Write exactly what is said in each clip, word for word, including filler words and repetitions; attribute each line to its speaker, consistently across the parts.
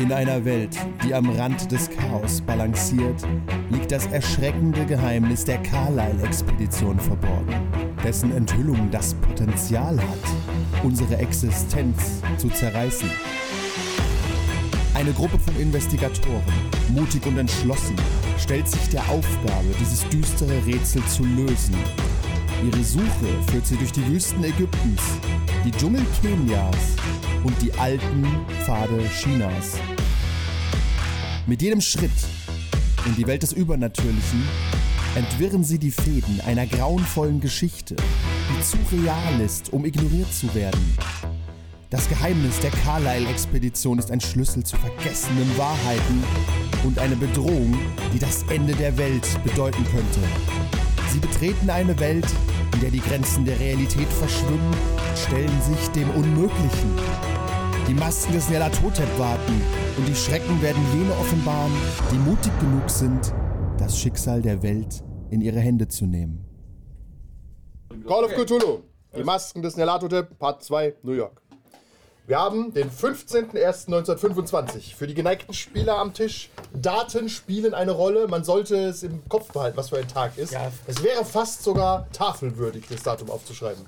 Speaker 1: In einer Welt, die am Rand des Chaos balanciert, liegt das erschreckende Geheimnis der Carlyle-Expedition verborgen, dessen Enthüllung das Potenzial hat, unsere Existenz zu zerreißen. Eine Gruppe von Investigatoren, mutig und entschlossen, stellt sich der Aufgabe, dieses düstere Rätsel zu lösen. Ihre Suche führt sie durch die Wüsten Ägyptens, die Dschungel Kenias und die alten Pfade Chinas. Mit jedem Schritt in die Welt des Übernatürlichen entwirren sie die Fäden einer grauenvollen Geschichte, die zu real ist, um ignoriert zu werden. Das Geheimnis der Carlyle-Expedition ist ein Schlüssel zu vergessenen Wahrheiten und eine Bedrohung, die das Ende der Welt bedeuten könnte. Sie betreten eine Welt, in der die Grenzen der Realität verschwimmen und stellen sich dem Unmöglichen. Die Masken des Nyarlathotep warten und die Schrecken werden jene offenbaren, die mutig genug sind, das Schicksal der Welt in ihre Hände zu nehmen.
Speaker 2: Call of Cthulhu, die Masken des Nyarlathotep, Part zwei, New York. Wir haben den fünfzehnten ersten neunzehnhundertfünfundzwanzig. Für die geneigten Spieler am Tisch, Daten spielen eine Rolle. Man sollte es im Kopf behalten, was für ein Tag ist. Ja. Es wäre fast sogar tafelwürdig, das Datum aufzuschreiben.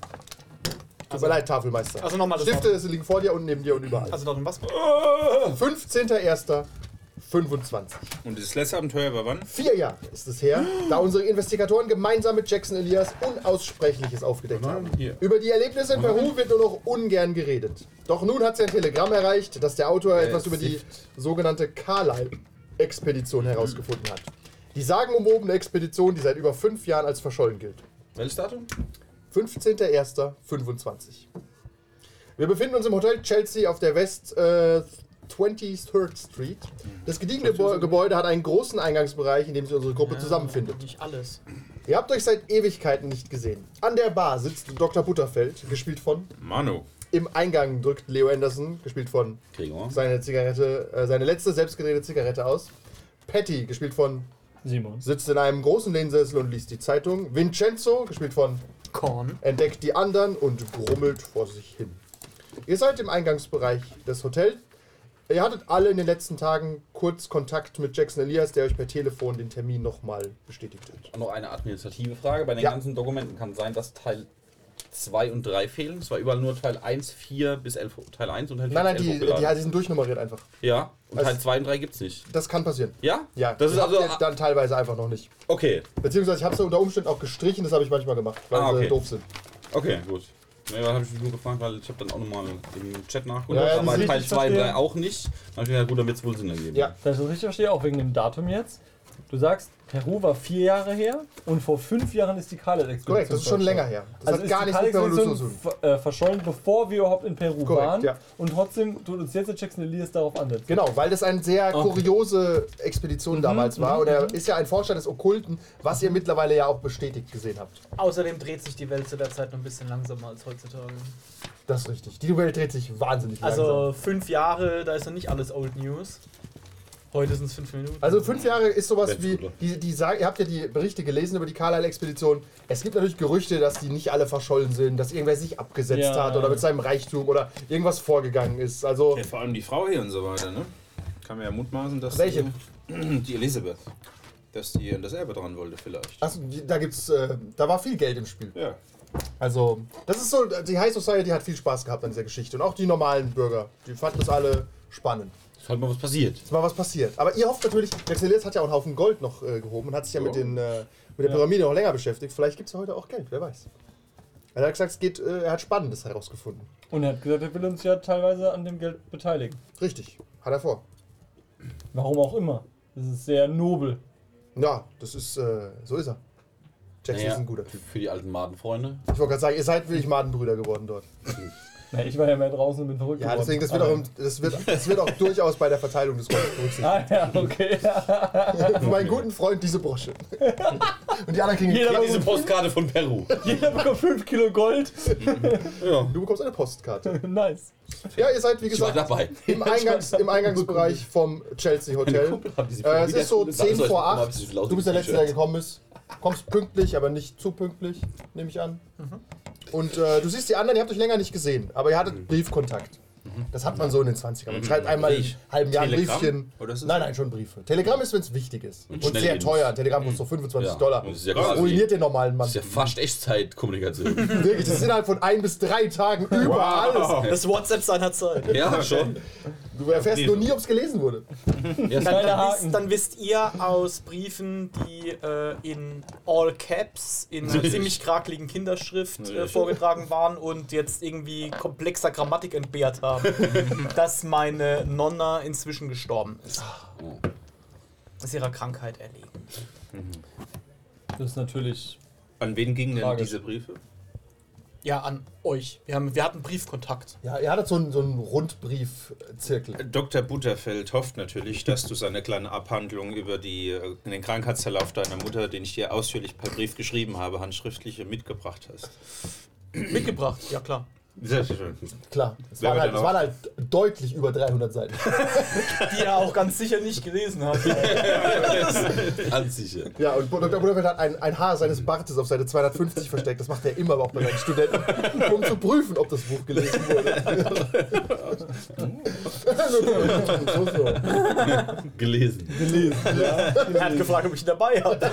Speaker 2: Tut also, mir leid, Tafelmeister. Also nochmal das Stifte noch. Liegen vor dir und neben dir und überall. Also Datum was? fünfzehnten ersten fünfundzwanzig.
Speaker 3: Und das letzte Abenteuer war wann?
Speaker 2: Vier Jahre ist es her, da unsere Investigatoren gemeinsam mit Jackson Elias Unaussprechliches aufgedeckt haben. Hier. Über die Erlebnisse in Peru wird nur noch ungern geredet. Doch nun hat sie ein Telegramm erreicht, dass der Autor äh, etwas über die sogenannte Carlyle-Expedition herausgefunden hat. Die sagenumwobene Expedition, die seit über fünf Jahren als verschollen gilt.
Speaker 3: Welches Datum?
Speaker 2: fünfzehnten ersten fünfundzwanzig. Wir befinden uns im Hotel Chelsea auf der West äh, twenty-third Street. Das gediegene Gebäude hat einen großen Eingangsbereich, in dem sich unsere Gruppe ja, zusammenfindet.
Speaker 4: Nicht alles.
Speaker 2: Ihr habt euch seit Ewigkeiten nicht gesehen. An der Bar sitzt Doktor Butterfeld, gespielt von
Speaker 3: Manu.
Speaker 2: Im Eingang drückt Leo Anderson, gespielt von
Speaker 3: Gregor,
Speaker 2: seine Zigarette, äh, seine letzte selbstgedrehte Zigarette aus. Patty, gespielt von
Speaker 4: Simon,
Speaker 2: sitzt in einem großen Lehnsessel und liest die Zeitung. Vincenzo, gespielt von
Speaker 4: Korn,
Speaker 2: entdeckt die anderen und grummelt vor sich hin. Ihr seid im Eingangsbereich des Hotels. Ihr hattet alle in den letzten Tagen kurz Kontakt mit Jackson Elias, der euch per Telefon den Termin nochmal bestätigt hat.
Speaker 3: Und noch eine administrative Frage. Bei den
Speaker 2: ja.
Speaker 3: ganzen Dokumenten kann es sein, dass Teil zwei und drei fehlen. Es war überall nur Teil eins, vier bis elf. Teil eins und Teil vier.
Speaker 2: Nein, nein, die, die, die sind durchnummeriert einfach.
Speaker 3: Ja, und
Speaker 2: also,
Speaker 3: Teil zwei und drei gibt es nicht.
Speaker 2: Das kann passieren.
Speaker 3: Ja?
Speaker 2: Ja,
Speaker 3: das ist also
Speaker 2: dann teilweise einfach noch nicht.
Speaker 3: Okay.
Speaker 2: Beziehungsweise ich habe es unter Umständen auch gestrichen, das habe ich manchmal gemacht, weil
Speaker 3: ah, okay.
Speaker 2: sie doof sind.
Speaker 3: Okay, gut. Nee, da habe ich mich nur gefragt, weil ich habe dann auch nochmal im Chat nachgeguckt,
Speaker 2: ja, ja,
Speaker 3: aber Teil zwei und drei auch nicht. Dann habe ich gedacht, gut, dann wird es wohl Sinn ergeben.
Speaker 4: Ja, das ist richtig verstehe, auch wegen dem Datum jetzt. Du sagst, Peru war vier Jahre her und vor fünf Jahren ist die Carlyle-Expedition.
Speaker 2: Korrekt, das ist schon länger her. Das
Speaker 4: also
Speaker 2: hat gar nichts mit Revolution zu tun.
Speaker 4: Äh, verschollen, bevor wir überhaupt in Peru
Speaker 2: Korrekt,
Speaker 4: waren.
Speaker 2: Ja.
Speaker 4: Und trotzdem tut uns jetzt der Jackson Elias darauf ansetzen.
Speaker 2: Genau, weil das eine sehr okay. kuriose Expedition mhm, damals war. Mhm, und er ist ja ein Forscher des Okkulten, was ihr mittlerweile ja auch bestätigt gesehen habt.
Speaker 5: Außerdem dreht sich die Welt zu der Zeit noch ein bisschen langsamer als heutzutage.
Speaker 2: Das ist richtig. Die Welt dreht sich wahnsinnig
Speaker 5: also
Speaker 2: langsam.
Speaker 5: Also fünf Jahre, da ist noch nicht alles Old News. Heute sind es fünf Minuten.
Speaker 2: Also fünf Jahre ist sowas wie, die, die sagen, ihr habt ja die Berichte gelesen über die Carlyle-Expedition. Es gibt natürlich Gerüchte, dass die nicht alle verschollen sind, dass irgendwer sich abgesetzt ja. hat oder mit seinem Reichtum oder irgendwas vorgegangen ist. Also
Speaker 3: ja, vor allem die Frau hier und so weiter, ne? Kann man ja mutmaßen, dass
Speaker 2: welche?
Speaker 3: Die, die Elisabeth, dass die das Erbe dran wollte vielleicht.
Speaker 2: Achso, da gibt's, äh, da war viel Geld im Spiel.
Speaker 3: Ja.
Speaker 2: Also, das ist so, die High Society hat viel Spaß gehabt an dieser Geschichte. Und auch die normalen Bürger, die fanden das alle spannend.
Speaker 3: Ist halt mal was passiert.
Speaker 2: Ist mal was passiert. Aber ihr hofft natürlich, Jackson Elias hat ja auch einen Haufen Gold noch äh, gehoben und hat sich ja, ja mit, den, äh, mit der Pyramide noch länger beschäftigt. Vielleicht gibt es ja heute auch Geld, wer weiß. Er hat gesagt, es geht, äh, er hat Spannendes herausgefunden.
Speaker 4: Und er hat gesagt, er will uns ja teilweise an dem Geld beteiligen.
Speaker 2: Richtig, hat er vor.
Speaker 4: Warum auch immer. Das ist sehr nobel.
Speaker 2: Ja, das ist, äh, so ist er. Jackson
Speaker 3: naja,
Speaker 2: ist ein guter Typ.
Speaker 3: Für die alten Madenfreunde.
Speaker 2: Ich wollte gerade sagen, ihr seid wirklich Madenbrüder geworden dort.
Speaker 4: Na, ich war ja mehr draußen und bin verrückt
Speaker 2: ja,
Speaker 4: geworden.
Speaker 2: deswegen, das wird, auch, das, wird, das wird auch durchaus bei der Verteilung des Goldes berücksichtigt.
Speaker 4: Ah ja, okay.
Speaker 2: Für meinen guten Freund diese Brosche. Und die anderen kriegen
Speaker 3: jeder diese Postkarte von Peru.
Speaker 4: Jeder bekommt fünf Kilo Gold.
Speaker 2: Ja. Du bekommst eine Postkarte.
Speaker 4: Nice.
Speaker 2: Ja, ihr seid wie gesagt
Speaker 3: dabei.
Speaker 2: Im, Eingangs, im Eingangsbereich vom Chelsea Hotel. Äh, es ist so zehn vor acht. Du bist der Letzte, der gekommen ist. Kommst pünktlich, aber nicht zu pünktlich, nehme ich an. Mhm. Und äh, du siehst die anderen, ihr habt euch länger nicht gesehen, aber ihr hattet mhm. Briefkontakt. Mhm. Das hat man so in den zwanzigern. Man schreibt einmal im halben Jahr ein
Speaker 3: Telegramm?
Speaker 2: Briefchen.
Speaker 3: Oder ist es
Speaker 2: Nein,
Speaker 3: so?
Speaker 2: nein, schon Briefe. Telegramm ist, wenn es wichtig ist. Und,
Speaker 3: schnell
Speaker 2: sehr
Speaker 3: Infos.
Speaker 2: teuer. Ein Telegramm kostet so fünfundzwanzig
Speaker 3: Ja.
Speaker 2: Dollar.
Speaker 3: Das ist ja
Speaker 2: Das
Speaker 3: quasi-
Speaker 2: ruiniert den normalen Mann.
Speaker 3: Das ist ja fast Echtzeitkommunikation.
Speaker 2: Wirklich, das ist innerhalb von ein bis drei Tagen über alles.
Speaker 5: Das WhatsApp seiner Zeit.
Speaker 3: Ja, schon.
Speaker 2: Du erfährst nur nie, ob es gelesen wurde.
Speaker 3: Ja,
Speaker 5: Dann,
Speaker 4: Kleiner
Speaker 5: dann,
Speaker 4: Haken.
Speaker 5: wisst, dann wisst ihr aus Briefen, die äh, in All Caps, in einer ziemlich krakeligen Kinderschrift äh, vorgetragen waren und jetzt irgendwie komplexer Grammatik entbehrt haben, dass meine Nonna inzwischen gestorben ist. Ist ihrer Krankheit erlegen.
Speaker 4: Das ist natürlich.
Speaker 3: An wen gingen denn
Speaker 4: Tragisch.
Speaker 3: diese Briefe?
Speaker 5: Ja, an euch. Wir, haben, wir hatten Briefkontakt.
Speaker 2: Ja, er hat so einen, so einen Rundbriefzirkel.
Speaker 6: Doktor Butterfeld hofft natürlich, dass du seine kleine Abhandlung über die, äh, den Krankheitsverlauf deiner Mutter, den ich dir ausführlich per Brief geschrieben habe, handschriftlich mitgebracht hast.
Speaker 5: Mitgebracht, ja klar.
Speaker 6: Sehr schön.
Speaker 2: Klar, es
Speaker 6: Wer
Speaker 2: waren,
Speaker 6: wird
Speaker 2: halt,
Speaker 6: denn
Speaker 2: es
Speaker 6: auch-
Speaker 2: waren halt deutlich über dreihundert Seiten.
Speaker 5: Die er auch ganz sicher nicht gelesen hat.
Speaker 3: Ganz sicher.
Speaker 2: Ja, und Doktor Butterfeld hat ein, ein Haar seines Bartes auf Seite zweihundertfünfzig versteckt. Das macht er immer auch bei seinen Studenten, um zu prüfen, ob das Buch gelesen wurde. so, so.
Speaker 3: Gelesen.
Speaker 5: Er hat gefragt, ob ich ihn dabei habe.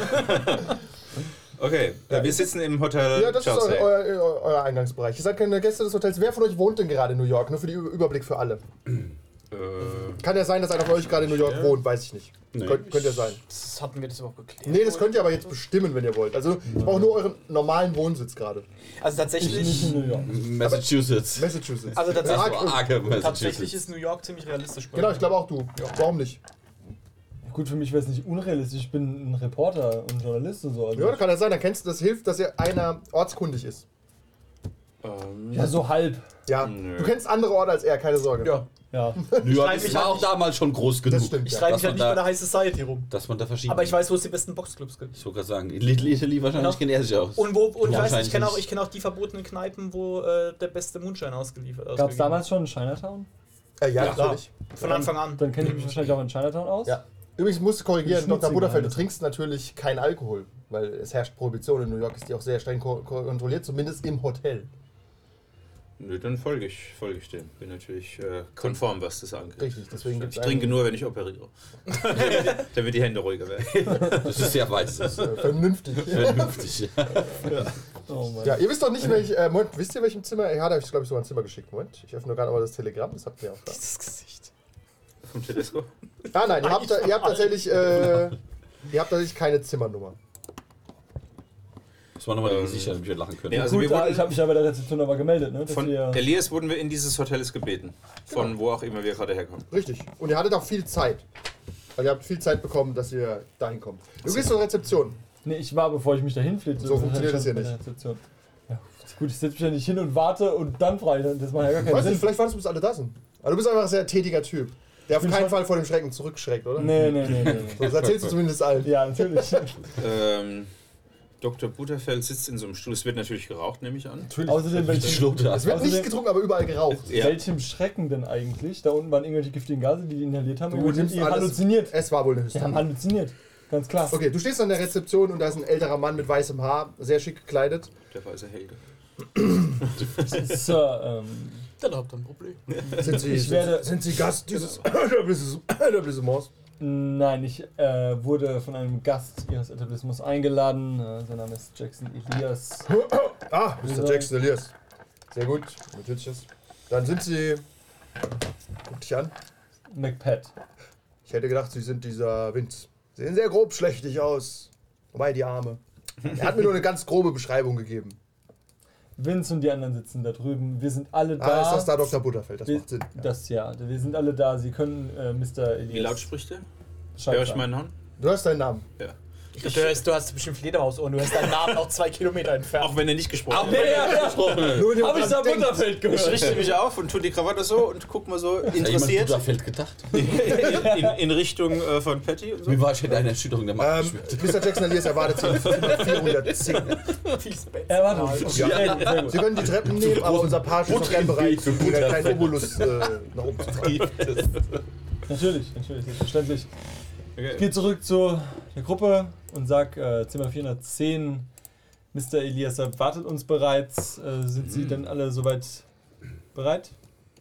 Speaker 6: Okay, äh, wir sitzen im Hotel
Speaker 2: Ja, das ist
Speaker 6: Chelsea.
Speaker 2: euer, euer, euer Eingangsbereich. Ihr seid keine Gäste des Hotels. Wer von euch wohnt denn gerade in New York? Nur für den Überblick für alle.
Speaker 6: Äh,
Speaker 2: Kann ja sein, dass einer von euch gerade in New York wohnt, weiß ich nicht.
Speaker 3: Nee.
Speaker 2: Könnt, könnte ja sein.
Speaker 5: Das hatten wir das überhaupt geklärt.
Speaker 2: Nee, das könnt ihr aber jetzt bestimmen, wenn ihr wollt. Also, ich brauche nur euren normalen Wohnsitz gerade.
Speaker 5: Also
Speaker 4: Nicht
Speaker 5: tatsächlich,
Speaker 4: in New York.
Speaker 3: Massachusetts.
Speaker 2: Massachusetts.
Speaker 5: Also tatsächlich-
Speaker 2: Ja,
Speaker 3: So arge
Speaker 5: tatsächlich
Speaker 3: Massachusetts.
Speaker 5: ist New York ziemlich realistisch. bei
Speaker 2: genau,
Speaker 5: mir.
Speaker 2: ich glaube auch du. Warum nicht?
Speaker 4: Gut, für mich wäre es nicht unrealistisch. Ich bin ein Reporter und Journalist und so. Also
Speaker 2: Ja, das kann ja sein. Dann kennst du, das hilft, dass ihr einer ortskundig ist.
Speaker 6: ähm,
Speaker 4: ja, so halb.
Speaker 2: Ja,
Speaker 6: Nö.
Speaker 2: du kennst andere Orte als er, keine Sorge.
Speaker 5: Ja.
Speaker 4: Ja.
Speaker 3: New York
Speaker 5: schreib
Speaker 3: ist
Speaker 5: mich
Speaker 3: war
Speaker 5: halt
Speaker 3: auch
Speaker 5: nicht-
Speaker 3: damals schon groß genug.
Speaker 2: Das stimmt.
Speaker 5: Ich
Speaker 2: Ja.
Speaker 5: schreibe
Speaker 3: dass
Speaker 5: mich halt
Speaker 3: man
Speaker 5: nicht
Speaker 3: da-
Speaker 5: bei der High Society rum.
Speaker 3: Dass man da verschiedene.
Speaker 5: Aber ich weiß, wo es die besten Boxclubs gibt.
Speaker 3: Ich wollte gerade sagen, in Little Italy wahrscheinlich
Speaker 5: Ja.
Speaker 3: kennt er sich aus.
Speaker 5: Und, wo, und ich weiß, ich
Speaker 3: Wahrscheinlich
Speaker 5: kenne auch,
Speaker 3: nicht.
Speaker 5: ich kenn auch die verbotenen Kneipen, wo äh, der beste Moonshine ausgeliefert
Speaker 4: Gab es damals schon in Chinatown?
Speaker 2: Äh, ja,
Speaker 5: Ja, klar.
Speaker 2: natürlich.
Speaker 5: Von Anfang an.
Speaker 4: Dann kenne ich mich wahrscheinlich auch in Chinatown aus.
Speaker 2: Ja. Übrigens musst du korrigieren,
Speaker 4: Die
Speaker 2: Doktor
Speaker 4: schmutzigen
Speaker 2: Butterfeld, du
Speaker 4: halt.
Speaker 2: trinkst natürlich keinen Alkohol, weil es herrscht Prohibition in New York, ist die auch sehr streng ko ko kontrolliert, zumindest im Hotel.
Speaker 6: Nö, dann folge ich, folge ich dem. Bin natürlich äh, konform, was das angeht.
Speaker 2: Richtig, deswegen
Speaker 6: Ich
Speaker 2: gibt's
Speaker 6: trinke
Speaker 2: einen-
Speaker 6: nur, wenn ich operiere. Damit die Hände ruhiger werden.
Speaker 3: Das ist sehr weiß. Das ist
Speaker 2: Äh, vernünftig.
Speaker 3: vernünftig.
Speaker 4: Oh Mann.
Speaker 2: Ja, ihr wisst doch nicht, welch, äh, Moment, wisst ihr, welchem Zimmer? Er hat euch, glaube ich, sogar ein Zimmer geschickt. Moment, ich öffne gerade mal das Telegramm, das habt ihr auch da.
Speaker 5: Das Gesicht.
Speaker 6: Vom Tedesco.
Speaker 2: Ah nein, ihr habt, ihr habt tatsächlich, äh, ihr habt tatsächlich keine Zimmernummer.
Speaker 3: Das war nochmal die Gesichter, damit wir lachen können.
Speaker 6: Ja, also
Speaker 4: Gut,
Speaker 6: wir
Speaker 4: da,
Speaker 6: wurden-
Speaker 4: ich habe mich ja bei der Rezeption aber gemeldet, ne? dass
Speaker 6: Von
Speaker 4: wir-
Speaker 6: Elias wurden wir in dieses Hotels gebeten. Von wo auch immer wir gerade herkommen.
Speaker 2: Richtig. Und ihr hattet auch viel Zeit. Also ihr habt viel Zeit bekommen, dass ihr dahin kommt. Du gehst zur Rezeption.
Speaker 4: Nee, ich war, bevor ich mich dahin flitze.
Speaker 2: So funktioniert das hier
Speaker 4: bei der
Speaker 2: nicht.
Speaker 4: Rezeption. Ja, gut, ich setze mich ja nicht hin und warte und dann frei. Das macht ja gar keinen
Speaker 2: Weißt du,
Speaker 4: Sinn.
Speaker 2: vielleicht warst du, bis alle da sind. Aber du bist einfach ein sehr tätiger Typ. Der auf
Speaker 4: bin
Speaker 2: keinen
Speaker 4: schon-
Speaker 2: Fall vor dem Schrecken zurückschreckt, oder?
Speaker 4: Nee, nee, nee, nee. nee.
Speaker 2: So, das erzählst du zumindest allen.
Speaker 4: Ja, natürlich.
Speaker 6: Ähm, Doktor Butterfeld sitzt in so einem Stuhl. Es wird natürlich geraucht, nehme ich an.
Speaker 4: Außerdem,
Speaker 3: Die
Speaker 4: welchem,
Speaker 3: Schlote.
Speaker 2: Es wird nicht
Speaker 4: Außerdem-
Speaker 2: getrunken, aber überall geraucht.
Speaker 6: Ja.
Speaker 4: welchem Schrecken denn eigentlich? Da unten waren irgendwelche giftigen Gase, die die inhaliert haben.
Speaker 2: Du
Speaker 4: und
Speaker 2: nimmst
Speaker 4: die
Speaker 2: alles-
Speaker 4: halluziniert.
Speaker 2: Es war wohl eine
Speaker 4: Die haben
Speaker 2: Hysterie.
Speaker 4: halluziniert. Ganz klar.
Speaker 2: Okay, du stehst an der Rezeption und da ist ein älterer Mann mit weißem Haar, sehr schick gekleidet.
Speaker 6: Der weiße Helge.
Speaker 4: Sir, ähm,
Speaker 5: Dann habt ihr ein Problem.
Speaker 2: Sind Sie,
Speaker 4: Ich werde-
Speaker 2: sind Sie Gast dieses Etablissements? Etablissements?
Speaker 4: nein, ich äh, wurde von einem Gast Ihres Etablissements eingeladen. Äh, sein Name ist Jackson Elias.
Speaker 2: Ah, Mister Jackson Elias. Sehr gut, natürlich das. Dann sind Sie. Guck dich an.
Speaker 4: McPat.
Speaker 2: Ich hätte gedacht, Sie sind dieser Vince. Sehen sehr grobschlächtig aus. Wobei die Arme. Er hat mir nur eine ganz grobe Beschreibung gegeben.
Speaker 4: Vince und die anderen sitzen da drüben. Wir sind alle
Speaker 2: Ah,
Speaker 4: da.
Speaker 2: ist das da Doktor Butterfeld? Das
Speaker 4: wir,
Speaker 2: macht Sinn. Ja.
Speaker 4: Das ja. Wir sind alle da. Sie können äh, Mister Elias.
Speaker 6: Wie laut spricht der?
Speaker 4: Bescheid
Speaker 6: Hör ich
Speaker 4: sagen.
Speaker 6: meinen Namen?
Speaker 2: Du hast deinen Namen.
Speaker 6: Ja.
Speaker 5: Ich glaub, du, hörst, du hast bestimmt Fledermausohren. Du hörst deinen Namen auch zwei Kilometer entfernt.
Speaker 6: Auch wenn er nicht gesprochen
Speaker 3: Aber
Speaker 6: hat.
Speaker 3: wer gesprochen?
Speaker 2: Nur
Speaker 4: Hab ich da Butterfeld
Speaker 6: Ich
Speaker 4: gehört?
Speaker 6: richte mich auf und tue die Krawatte so und guck mal so interessiert
Speaker 3: Da fällt gedacht.
Speaker 6: in, in Richtung äh, von Patty und so.
Speaker 3: Mir war ich in einer Erschütterung der Macht
Speaker 2: Ähm,
Speaker 3: geschwört.
Speaker 2: Mister Jackson Elias erwartet Sie in vierhundertzehn.
Speaker 4: Ja, warte.
Speaker 2: Ja.
Speaker 4: Ja. Sehr gut.
Speaker 2: Sie können die Treppen nehmen, aber unser Page ist noch gern bereit, um einen kleinen Obolus äh, nach oben zu fahren.
Speaker 4: Natürlich, natürlich, selbstverständlich. Ich
Speaker 6: Okay.
Speaker 4: gehe zurück zu der Gruppe und sag äh, Zimmer vierhundertzehn. Mister Elias erwartet uns bereits. Äh, sind Sie denn alle soweit bereit?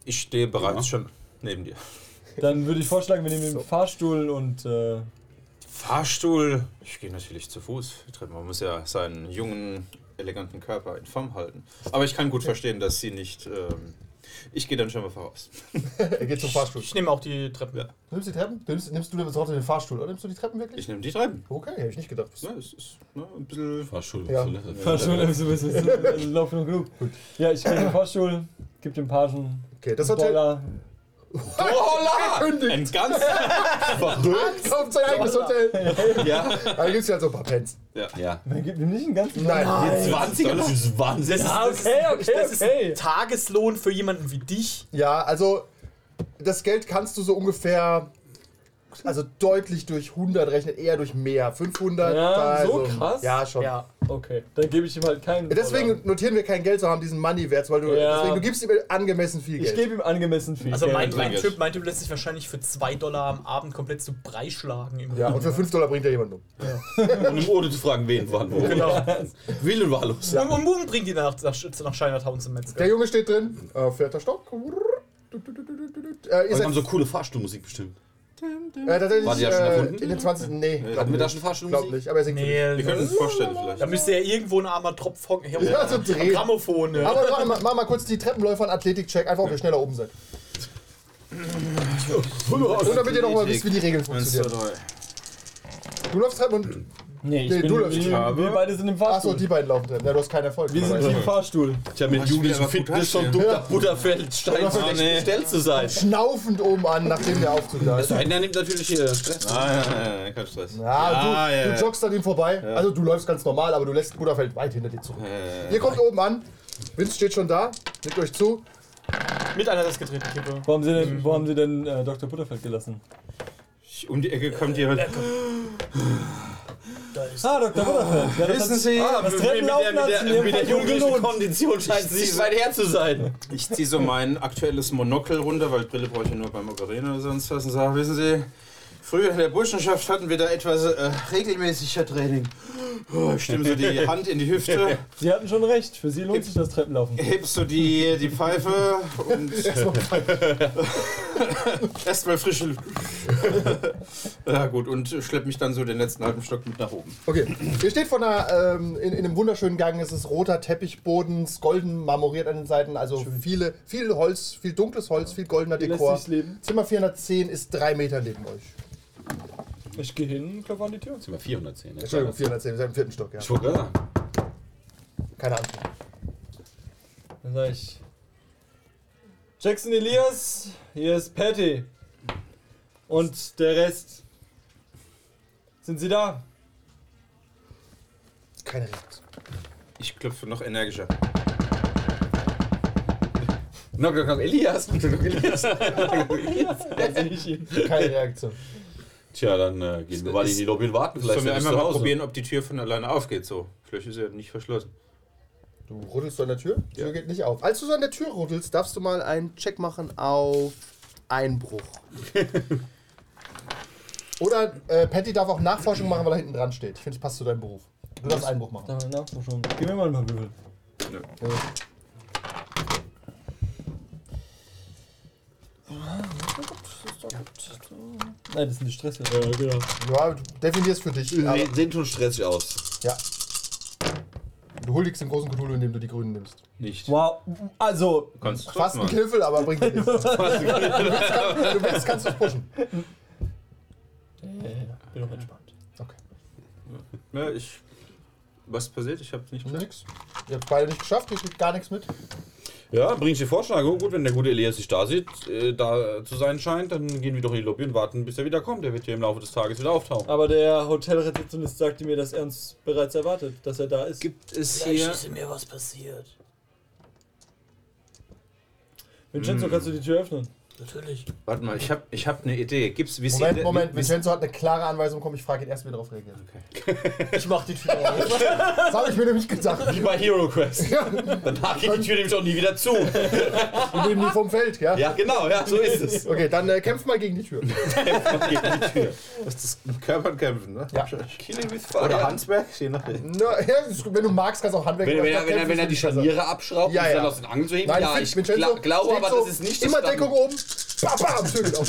Speaker 6: Ich stehe bereits
Speaker 3: Ja.
Speaker 6: schon neben dir.
Speaker 4: Dann würde ich vorschlagen, wir nehmen den Fahrstuhl und äh,
Speaker 6: Fahrstuhl. Ich gehe natürlich zu Fuß. Man muss ja seinen jungen, eleganten Körper in Form halten. Aber ich kann gut verstehen, dass sie nicht... Ähm, ich gehe dann schon mal voraus.
Speaker 2: Er geht zum Fahrstuhl.
Speaker 5: Ich nehme auch die Treppen.
Speaker 6: Ja.
Speaker 2: Du nimmst die Treppen? Du nimmst, nimmst du denn trotzdem den Fahrstuhl oder nimmst du die Treppen wirklich?
Speaker 6: Ich nehme die Treppen.
Speaker 2: Okay, hätte ich nicht gedacht.
Speaker 6: Ja, es ist ne, ein bisschen...
Speaker 3: Fahrstuhl.
Speaker 2: Ja.
Speaker 4: Fahrstuhl, also, also, also laufen noch genug. Ja, ich gehe in den Fahrstuhl, gebe dem Pagen
Speaker 2: Okay, das
Speaker 4: einen
Speaker 2: Hotel.
Speaker 4: Dollar.
Speaker 2: Kündigt.
Speaker 6: Ein ganz...
Speaker 2: Kauft sein eigenes Hotel.
Speaker 3: Ja.
Speaker 2: Da gibt es ja halt so ein paar Pens.
Speaker 3: Ja.
Speaker 4: Man gibt ihm nicht einen ganzen
Speaker 2: Nein.
Speaker 3: zwanziger, das ist Wahnsinn.
Speaker 4: Ah, okay, okay,
Speaker 5: Das ist
Speaker 4: okay.
Speaker 5: ein Tageslohn für jemanden wie dich.
Speaker 2: Ja, also das Geld kannst du so ungefähr, also deutlich durch hundert rechnen, eher durch mehr. fünfhundert.
Speaker 4: Ja, so
Speaker 2: also,
Speaker 4: krass?
Speaker 2: Ja, schon.
Speaker 5: Ja.
Speaker 4: Okay, dann gebe ich ihm halt keinen
Speaker 2: Deswegen
Speaker 4: Dollar.
Speaker 2: notieren wir kein Geld, sondern haben diesen Money-Wert, weil du,
Speaker 4: Ja.
Speaker 2: deswegen, du gibst ihm angemessen viel
Speaker 4: Ich
Speaker 2: Geld.
Speaker 4: gebe ihm angemessen viel.
Speaker 5: Also mein,
Speaker 4: Geld.
Speaker 5: mein,
Speaker 6: Geld.
Speaker 5: typ, mein Typ lässt sich wahrscheinlich für zwei Dollar am Abend komplett zu Brei schlagen. Im
Speaker 2: Ja, und für fünf Dollar bringt er jemanden um.
Speaker 3: Und ohne zu fragen, wen, wann, wo.
Speaker 5: Genau.
Speaker 3: Will und wahllos.
Speaker 5: Und, und morgen bringt ihn nach, nach, nach Chinatown zum Metzger.
Speaker 2: Der Junge steht drin, äh, vierter Stock. Äh, ihr
Speaker 3: Wir haben
Speaker 2: seid,
Speaker 3: so coole Fahrstuhlmusik bestimmt.
Speaker 2: äh, tatsächlich,
Speaker 3: War die ja schon
Speaker 2: äh,
Speaker 3: erfunden?
Speaker 2: in den zwanzig. Nee, glaub
Speaker 3: Hatten wir da
Speaker 2: nicht.
Speaker 3: schon
Speaker 2: Glaub
Speaker 3: Fahrstuhlmusik?
Speaker 2: nicht, aber er singt für dich.
Speaker 5: Nee,
Speaker 6: Wir können uns vorstellen vielleicht.
Speaker 5: da müsste ja irgendwo ein armer Tropf hocken. Hier,
Speaker 2: Ja, so
Speaker 5: am
Speaker 2: drehen.
Speaker 5: Grammophon. Ne?
Speaker 2: Aber mach mal, mach mal kurz die Treppenläufer und Athletik-Check, einfach ob ihr schneller oben seid. Und damit ihr noch mal wisst, wie die Regeln
Speaker 6: Eins, zwei,
Speaker 2: funktionieren.
Speaker 6: drei.
Speaker 2: Du läufst Treppen und...
Speaker 4: Nee, ich
Speaker 2: Nee,
Speaker 4: bin,
Speaker 2: du läufst.
Speaker 4: wir,
Speaker 6: habe-
Speaker 4: wir beide sind im
Speaker 2: Achso,
Speaker 4: Fahrstuhl.
Speaker 2: die beiden laufen Treppen. Ja, du hast keinen Erfolg.
Speaker 4: wir sind Team Fahrstuhl.
Speaker 3: Ich habe mit
Speaker 6: Ich
Speaker 3: jugendlichen
Speaker 6: will aber gut
Speaker 3: Fitness vom
Speaker 6: dastehen.
Speaker 3: Doktor Butterfeld Stein
Speaker 2: Ja.
Speaker 3: schlecht
Speaker 6: Nee.
Speaker 3: gestellt zu sein.
Speaker 2: schnaufend oben an, nachdem der Aufzug da ist.
Speaker 3: Der nimmt natürlich hier Stress.
Speaker 6: Nein, nein, nein, nein, kein Stress.
Speaker 2: Ja, du,
Speaker 6: ja,
Speaker 2: du
Speaker 6: ja.
Speaker 2: joggst an ihm vorbei. Also du läufst ganz normal, aber du lässt Butterfeld weit hinter dir zurück.
Speaker 6: Äh,
Speaker 2: Ihr kommt oben an. Vince steht schon da. Nickt euch zu.
Speaker 5: Mit einer das gedrehte Kippe.
Speaker 4: Wo haben Sie denn, wo haben Sie denn äh, Doktor Butterfeld gelassen?
Speaker 6: um die Ecke kommt jemand.
Speaker 4: Ah, Doktor Butterfeld. Ja, das
Speaker 3: Wissen
Speaker 4: hat-
Speaker 3: Sie,
Speaker 4: ah, das
Speaker 3: mit der,
Speaker 4: Treppenlaufen hat
Speaker 3: mit
Speaker 4: sich in
Speaker 3: der,
Speaker 4: Ihrem
Speaker 3: mit der
Speaker 4: Fall wohl
Speaker 3: jugendlichen
Speaker 4: gelohnt.
Speaker 3: Kondition scheint es nicht weit her zu sein.
Speaker 6: Ich ziehe so mein aktuelles Monokel runter, weil Brille brauche ich ja nur beim Operieren oder sonst was und sage, wissen Sie, früher in der Burschenschaft hatten wir da etwas äh, regelmäßiger Training. Oh, ich stimme so die Hand in die Hüfte,
Speaker 4: Sie hatten schon recht. Für Sie lohnt sich das Treppenlaufen.
Speaker 6: heb so die, die Pfeife und erstmal frische Luft. Ja gut, und schlepp mich dann so den letzten halben Stock mit nach oben.
Speaker 2: Okay. Ihr steht vor einer, ähm, in, in einem wunderschönen Gang. Es ist roter Teppichboden, es ist golden marmoriert an den Seiten. Also viele, viel Holz, viel dunkles Holz, viel goldener
Speaker 4: Wie lässt
Speaker 2: Dekor.
Speaker 4: sich's leben?
Speaker 2: Zimmer vierhundertzehn ist drei Meter neben euch.
Speaker 4: Ich gehe hin, klopfe an die Tür.
Speaker 3: Sind wir vierhundertzehn. Ne?
Speaker 2: Entschuldigung, vierhundertzehn, wir sind im vierten Stock, ja.
Speaker 3: Ich wollte gerade sagen.
Speaker 2: Keine Antwort.
Speaker 4: Dann sag ich: Jackson Elias, hier ist Patty. Und der Rest. Sind Sie da?
Speaker 2: Keine Reaktion.
Speaker 6: Ich klopfe noch energischer.
Speaker 3: Knock, knock, knock, Elias. Knock, knock, Elias.
Speaker 4: Da sehe ich ihn.
Speaker 2: Keine Reaktion.
Speaker 3: Tja, dann äh, gehen wir mal in die Lobby und warten. Vielleicht
Speaker 6: Sollen wir
Speaker 3: ist er
Speaker 6: einmal
Speaker 3: zu
Speaker 6: mal
Speaker 3: Hause.
Speaker 6: probieren, ob die Tür von alleine aufgeht so. Vielleicht ist sie ja nicht verschlossen.
Speaker 2: Du rüttelst so an der Tür, die Tür geht nicht auf. Als du so an der Tür rüttelst, darfst du mal einen Check machen auf Einbruch. Oder äh, Patty darf auch Nachforschung machen, weil er hinten dran steht. Ich finde, es passt zu deinem Beruf. Du darfst Einbruch machen.
Speaker 4: Da Nachforschung. Gib mir mal ein paar Würfel.
Speaker 6: Nö.
Speaker 4: Nein, das sind die Stresse. Ja, genau.
Speaker 2: Ja, du definierst für dich. Aber,
Speaker 3: Sie sehen schon stressig aus.
Speaker 2: ja. Du huldigst den großen Cthulhu, indem du die Grünen nimmst.
Speaker 6: Nicht.
Speaker 4: Wow, also,
Speaker 6: Kannst du
Speaker 2: Fast ein
Speaker 6: machen.
Speaker 2: Kniffel, aber bringt dir nichts. Du willst, kann, du willst kannst du es pushen.
Speaker 4: bin doch entspannt.
Speaker 2: Okay.
Speaker 6: Ja, ich. Was passiert? Ich hab's nicht geschafft.
Speaker 2: Nix. Ihr habt beide nicht geschafft, ihr kriegt gar nichts mit.
Speaker 3: Ja, bring ich dir Vorschlag. Oh, gut, wenn der gute Elias sich da sieht, äh, da zu sein scheint, dann gehen wir doch in die Lobby und warten, bis er wieder kommt. Der wird hier im Laufe des Tages wieder auftauchen.
Speaker 4: Aber der Hotelrezeptionist sagte mir, dass er uns bereits erwartet, dass er da ist.
Speaker 3: Gibt es
Speaker 5: Vielleicht mir was passiert.
Speaker 4: Vincenzo, kannst du die Tür öffnen?
Speaker 5: Natürlich.
Speaker 6: Warte mal, ich habe ich hab eine Idee. Gibt's, wie
Speaker 2: Moment,
Speaker 6: sieht-
Speaker 2: Moment,
Speaker 6: wie,
Speaker 2: Vincenzo hat eine klare Anweisung bekommen, ich frage ihn erst, wie er darauf reagiert.
Speaker 5: Ich mach die Tür auf.
Speaker 2: Das habe ich mir nämlich gedacht.
Speaker 3: Wie bei Hero Quest. Danach geht die Tür nämlich auch nie wieder zu.
Speaker 2: Wir nehmen die vom Feld, ja?
Speaker 3: Ja, genau, ja, so ist es.
Speaker 2: Okay, dann äh, kämpf mal gegen die Tür.
Speaker 6: das ist das Körpern kämpfen, ne?
Speaker 2: Ja.
Speaker 3: Killing with fire.
Speaker 6: Oder Handwerk, je nachdem.
Speaker 2: Na, ja, wenn du magst, kannst du auch Handwerk
Speaker 3: Wenn, wenn, er,
Speaker 2: machen.
Speaker 3: wenn, er, wenn er die Scharniere abschraubt
Speaker 2: Ja,
Speaker 3: und
Speaker 2: ja.
Speaker 3: dann aus den Angeln zu heben,
Speaker 2: Nein,
Speaker 3: ja,
Speaker 2: ich
Speaker 3: ich
Speaker 2: find,
Speaker 3: gla
Speaker 2: Vincenzo
Speaker 3: glaube
Speaker 2: steht
Speaker 3: aber,
Speaker 2: so,
Speaker 3: das ist nicht
Speaker 2: immer
Speaker 3: das
Speaker 2: Deckung oben. Bam, bam, Tür geht auf.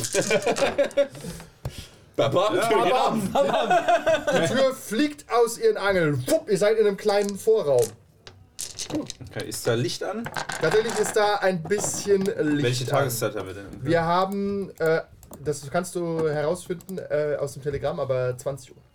Speaker 3: Baba,
Speaker 2: Bam, bam. Die Tür fliegt aus ihren Angeln. Wupp, ihr seid in einem kleinen Vorraum.
Speaker 6: Okay, ist da Licht an?
Speaker 2: Tatsächlich ist da ein bisschen Licht.
Speaker 6: Welche
Speaker 2: an.
Speaker 6: Tageszeit haben wir denn?
Speaker 2: Wir haben, äh, das kannst du herausfinden äh, aus dem Telegramm, aber zwanzig Uhr.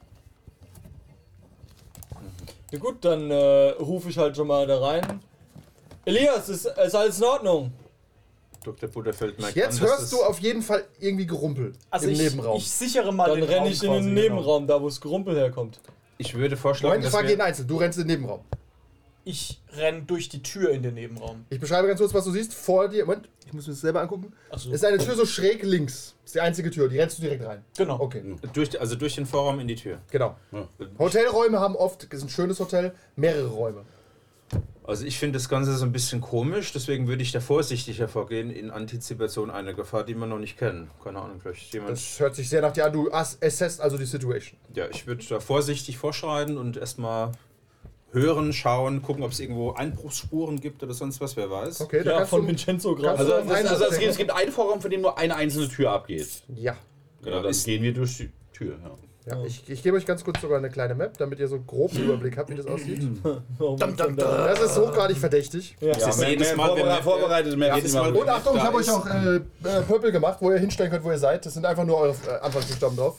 Speaker 4: Ja gut, dann äh, rufe ich halt schon mal da rein. Elias, ist, ist alles in Ordnung?
Speaker 6: Doktor Butterfeld merkt
Speaker 2: Jetzt
Speaker 6: an, dass
Speaker 2: hörst
Speaker 6: das-
Speaker 2: du auf jeden Fall irgendwie Gerumpel
Speaker 5: Also
Speaker 2: im
Speaker 5: ich,
Speaker 2: Nebenraum.
Speaker 5: ich sichere mal
Speaker 4: Dann
Speaker 5: den
Speaker 4: renne
Speaker 5: Raum
Speaker 4: ich in
Speaker 5: quasi,
Speaker 4: den
Speaker 5: genau.
Speaker 4: Nebenraum, da wo das Gerumpel herkommt.
Speaker 6: Ich würde vorschlagen,
Speaker 2: Moment, ich
Speaker 6: dass
Speaker 2: frage
Speaker 6: wir...
Speaker 2: jeden einzeln. Du rennst in den Nebenraum.
Speaker 5: Ich renne durch die Tür in den Nebenraum.
Speaker 2: Ich beschreibe ganz kurz, was du siehst. Vor dir, Moment, ich muss mir das selber angucken.
Speaker 5: Achso.
Speaker 2: Ist eine Tür so schräg links. Ist die einzige Tür, die rennst du direkt rein.
Speaker 5: Genau.
Speaker 2: Okay,
Speaker 6: Durch, also durch den Vorraum in die Tür.
Speaker 2: genau. Hotelräume haben oft, ist ein schönes Hotel, mehrere Räume.
Speaker 6: Also ich finde das Ganze so ein bisschen komisch, deswegen würde ich da vorsichtiger vorgehen in Antizipation einer Gefahr, die wir noch nicht kennen. Keine Ahnung, vielleicht jemand...
Speaker 2: Das hört sich sehr nach dir an. Du ass- assessst also die Situation.
Speaker 6: Ja, ich würde da vorsichtig vorschreiten und erstmal hören, schauen, gucken, ob es irgendwo Einbruchsspuren gibt oder sonst was, wer weiß.
Speaker 2: Okay, da
Speaker 4: Ja,
Speaker 2: kannst
Speaker 4: von
Speaker 2: du...
Speaker 4: Vincenzo
Speaker 2: kannst
Speaker 4: gerade.
Speaker 2: du-
Speaker 3: Also, das, also es, gibt, es gibt einen Vorraum, von dem nur eine einzelne Tür abgeht.
Speaker 2: Ja.
Speaker 3: Genau, dann
Speaker 6: ist-
Speaker 3: gehen wir durch die Tür. Ja.
Speaker 2: ja ich, ich gebe euch ganz kurz sogar eine kleine Map, damit ihr so einen groben Überblick habt, wie das aussieht.
Speaker 4: Warum
Speaker 5: Dum,
Speaker 4: ist denn
Speaker 5: dum,
Speaker 4: da-
Speaker 2: Das ist hochgradig verdächtig.
Speaker 4: Ja.
Speaker 6: Das ist
Speaker 3: mehr-
Speaker 6: jedes
Speaker 3: mehr
Speaker 6: Mal, wenn
Speaker 3: vorbere-
Speaker 6: wir-
Speaker 3: vorbereitet, mehr
Speaker 6: jedes
Speaker 3: wissen wir.
Speaker 6: Mal,
Speaker 2: Und Achtung, ich
Speaker 6: Da
Speaker 2: habe euch
Speaker 6: ist-
Speaker 2: auch äh, äh, Purple gemacht, wo ihr hinstellen könnt, wo ihr seid. Das sind einfach nur eure äh, Anfangsbuchstaben drauf.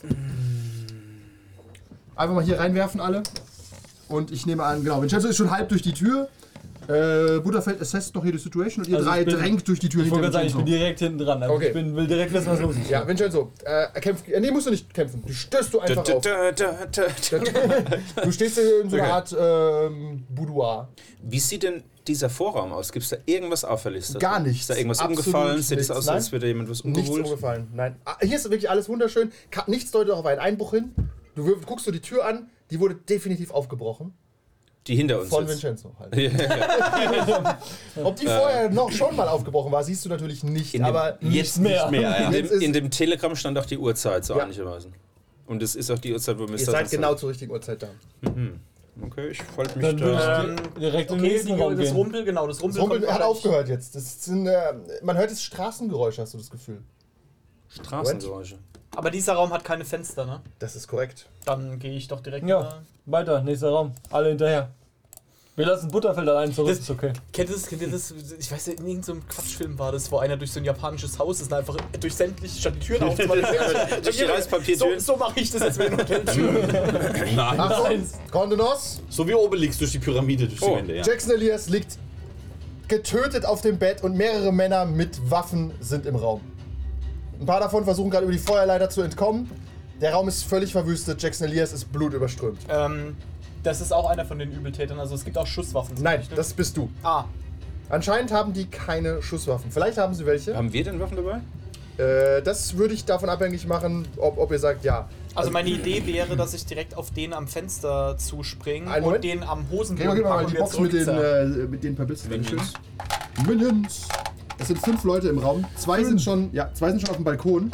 Speaker 2: Einfach mal hier reinwerfen alle. Und ich nehme an, genau, Vincenzo ist schon halb durch die Tür. Äh, Butterfeld assesst noch hier die Situation und ihr
Speaker 4: Also
Speaker 2: drei
Speaker 4: ich bin-
Speaker 2: drängt durch die Tür
Speaker 4: Ich wollte
Speaker 2: hinter
Speaker 4: gerade sagen, ich bin
Speaker 2: Vincenzo.
Speaker 4: direkt hinten dran. Also
Speaker 2: Okay.
Speaker 4: Ich bin, will direkt wissen, was los ist.
Speaker 2: Ja, Vincenzo, äh, kämpf, äh, nee, musst du nicht kämpfen. Du stößt du
Speaker 6: Da,
Speaker 2: einfach
Speaker 6: da,
Speaker 2: auf.
Speaker 6: da, da, da.
Speaker 2: Du stehst hier in so einer
Speaker 6: Okay.
Speaker 2: Art ähm, Boudoir.
Speaker 6: Wie sieht denn dieser Vorraum aus? Gibt es da irgendwas Auffälliges? dazu?
Speaker 2: Gar nichts.
Speaker 6: Ist da irgendwas
Speaker 2: Absolut
Speaker 6: umgefallen? Sieht es
Speaker 2: nichts.
Speaker 6: aus, als
Speaker 2: Nein.
Speaker 6: würde jemand was
Speaker 2: Nichts
Speaker 6: umgeholt?
Speaker 2: umgefallen. Nein. Ah, hier ist wirklich alles wunderschön. Ka- Nichts deutet auf einen Einbruch hin. Du wirf- guckst du die Tür an, die wurde definitiv aufgebrochen.
Speaker 6: Die hinter uns
Speaker 2: Von
Speaker 6: sitzt.
Speaker 2: Vincenzo halt.
Speaker 6: Ja, ja.
Speaker 2: Ob die vorher noch schon mal aufgebrochen war, siehst du natürlich nicht.
Speaker 6: In dem-
Speaker 2: aber
Speaker 3: Jetzt
Speaker 4: mehr.
Speaker 3: nicht mehr. Ja.
Speaker 6: In,
Speaker 2: Jetzt
Speaker 6: dem,
Speaker 2: ist-
Speaker 6: in dem Telegramm stand auch die Uhrzeit, so
Speaker 2: Ja.
Speaker 6: einigermaßen. Und es ist auch die Uhrzeit, wo wir
Speaker 2: ihr seid genau zur richtigen Uhrzeit da.
Speaker 6: Okay, ich wollte mich
Speaker 4: Dann würde
Speaker 6: da...
Speaker 4: ich
Speaker 5: Ähm,
Speaker 4: di- direkt in den
Speaker 5: Okay,
Speaker 4: nächsten
Speaker 5: die,
Speaker 4: Raum
Speaker 5: das
Speaker 4: gehen.
Speaker 5: Rumpel, genau, das Rumpel
Speaker 2: Das Rumpeln
Speaker 5: kommt
Speaker 2: hat
Speaker 5: wahrscheinlich-
Speaker 2: aufgehört jetzt. Das sind, äh, man hört das Straßengeräusch, hast du das Gefühl.
Speaker 6: Straßengeräusche.
Speaker 5: Aber dieser Raum hat keine Fenster, ne?
Speaker 2: Das ist korrekt.
Speaker 5: Dann gehe ich doch direkt
Speaker 4: Ja,
Speaker 5: mal.
Speaker 4: weiter, nächster Raum. Alle hinterher. Wir lassen Butterfeld allein zurück,
Speaker 5: Das-
Speaker 4: ist okay.
Speaker 5: Kennt ihr das, kennt ihr das? Ich weiß nicht, in irgendeinem Quatschfilm war das, wo einer durch so ein japanisches Haus ist und einfach durch sämtliche, statt die Türen aufzumachen.
Speaker 6: Durch die Reispapiertüren.
Speaker 5: So, so mache ich das jetzt mit den Hoteltüren.
Speaker 3: Nein.
Speaker 2: Achtung, Condenos.
Speaker 3: So wie Obelix durch die Pyramide, durch die
Speaker 6: Oh,
Speaker 3: Wände. Ja.
Speaker 2: Jackson Elias liegt getötet auf dem Bett und mehrere Männer mit Waffen sind im Raum. Ein paar davon versuchen gerade über die Feuerleiter zu entkommen. Der Raum ist völlig verwüstet. Jackson Elias ist blutüberströmt.
Speaker 5: ähm, das ist auch einer von den Übeltätern, also es gibt auch Schusswaffen.
Speaker 2: Nein,
Speaker 5: Richtig?
Speaker 2: das bist du.
Speaker 5: Ah,
Speaker 2: Anscheinend haben die keine Schusswaffen. Vielleicht haben sie welche.
Speaker 6: Haben wir denn Waffen dabei?
Speaker 2: Äh, das würde ich davon abhängig machen, ob, ob ihr sagt ja.
Speaker 5: also meine Idee wäre, dass ich direkt auf den am Fenster zuspringe
Speaker 2: Einen
Speaker 5: und
Speaker 2: Moment.
Speaker 5: den am
Speaker 2: Gehen wir
Speaker 5: Hosenboden
Speaker 2: gehen wir mal
Speaker 5: packe
Speaker 2: die
Speaker 5: und
Speaker 2: Box
Speaker 5: wieder
Speaker 2: mit den,
Speaker 5: zurückzerre.
Speaker 2: äh, mit den paar Bildern.
Speaker 6: Minions.
Speaker 2: Minions. Es sind fünf Leute im Raum. Zwei sind schon, ja, zwei sind schon auf dem Balkon.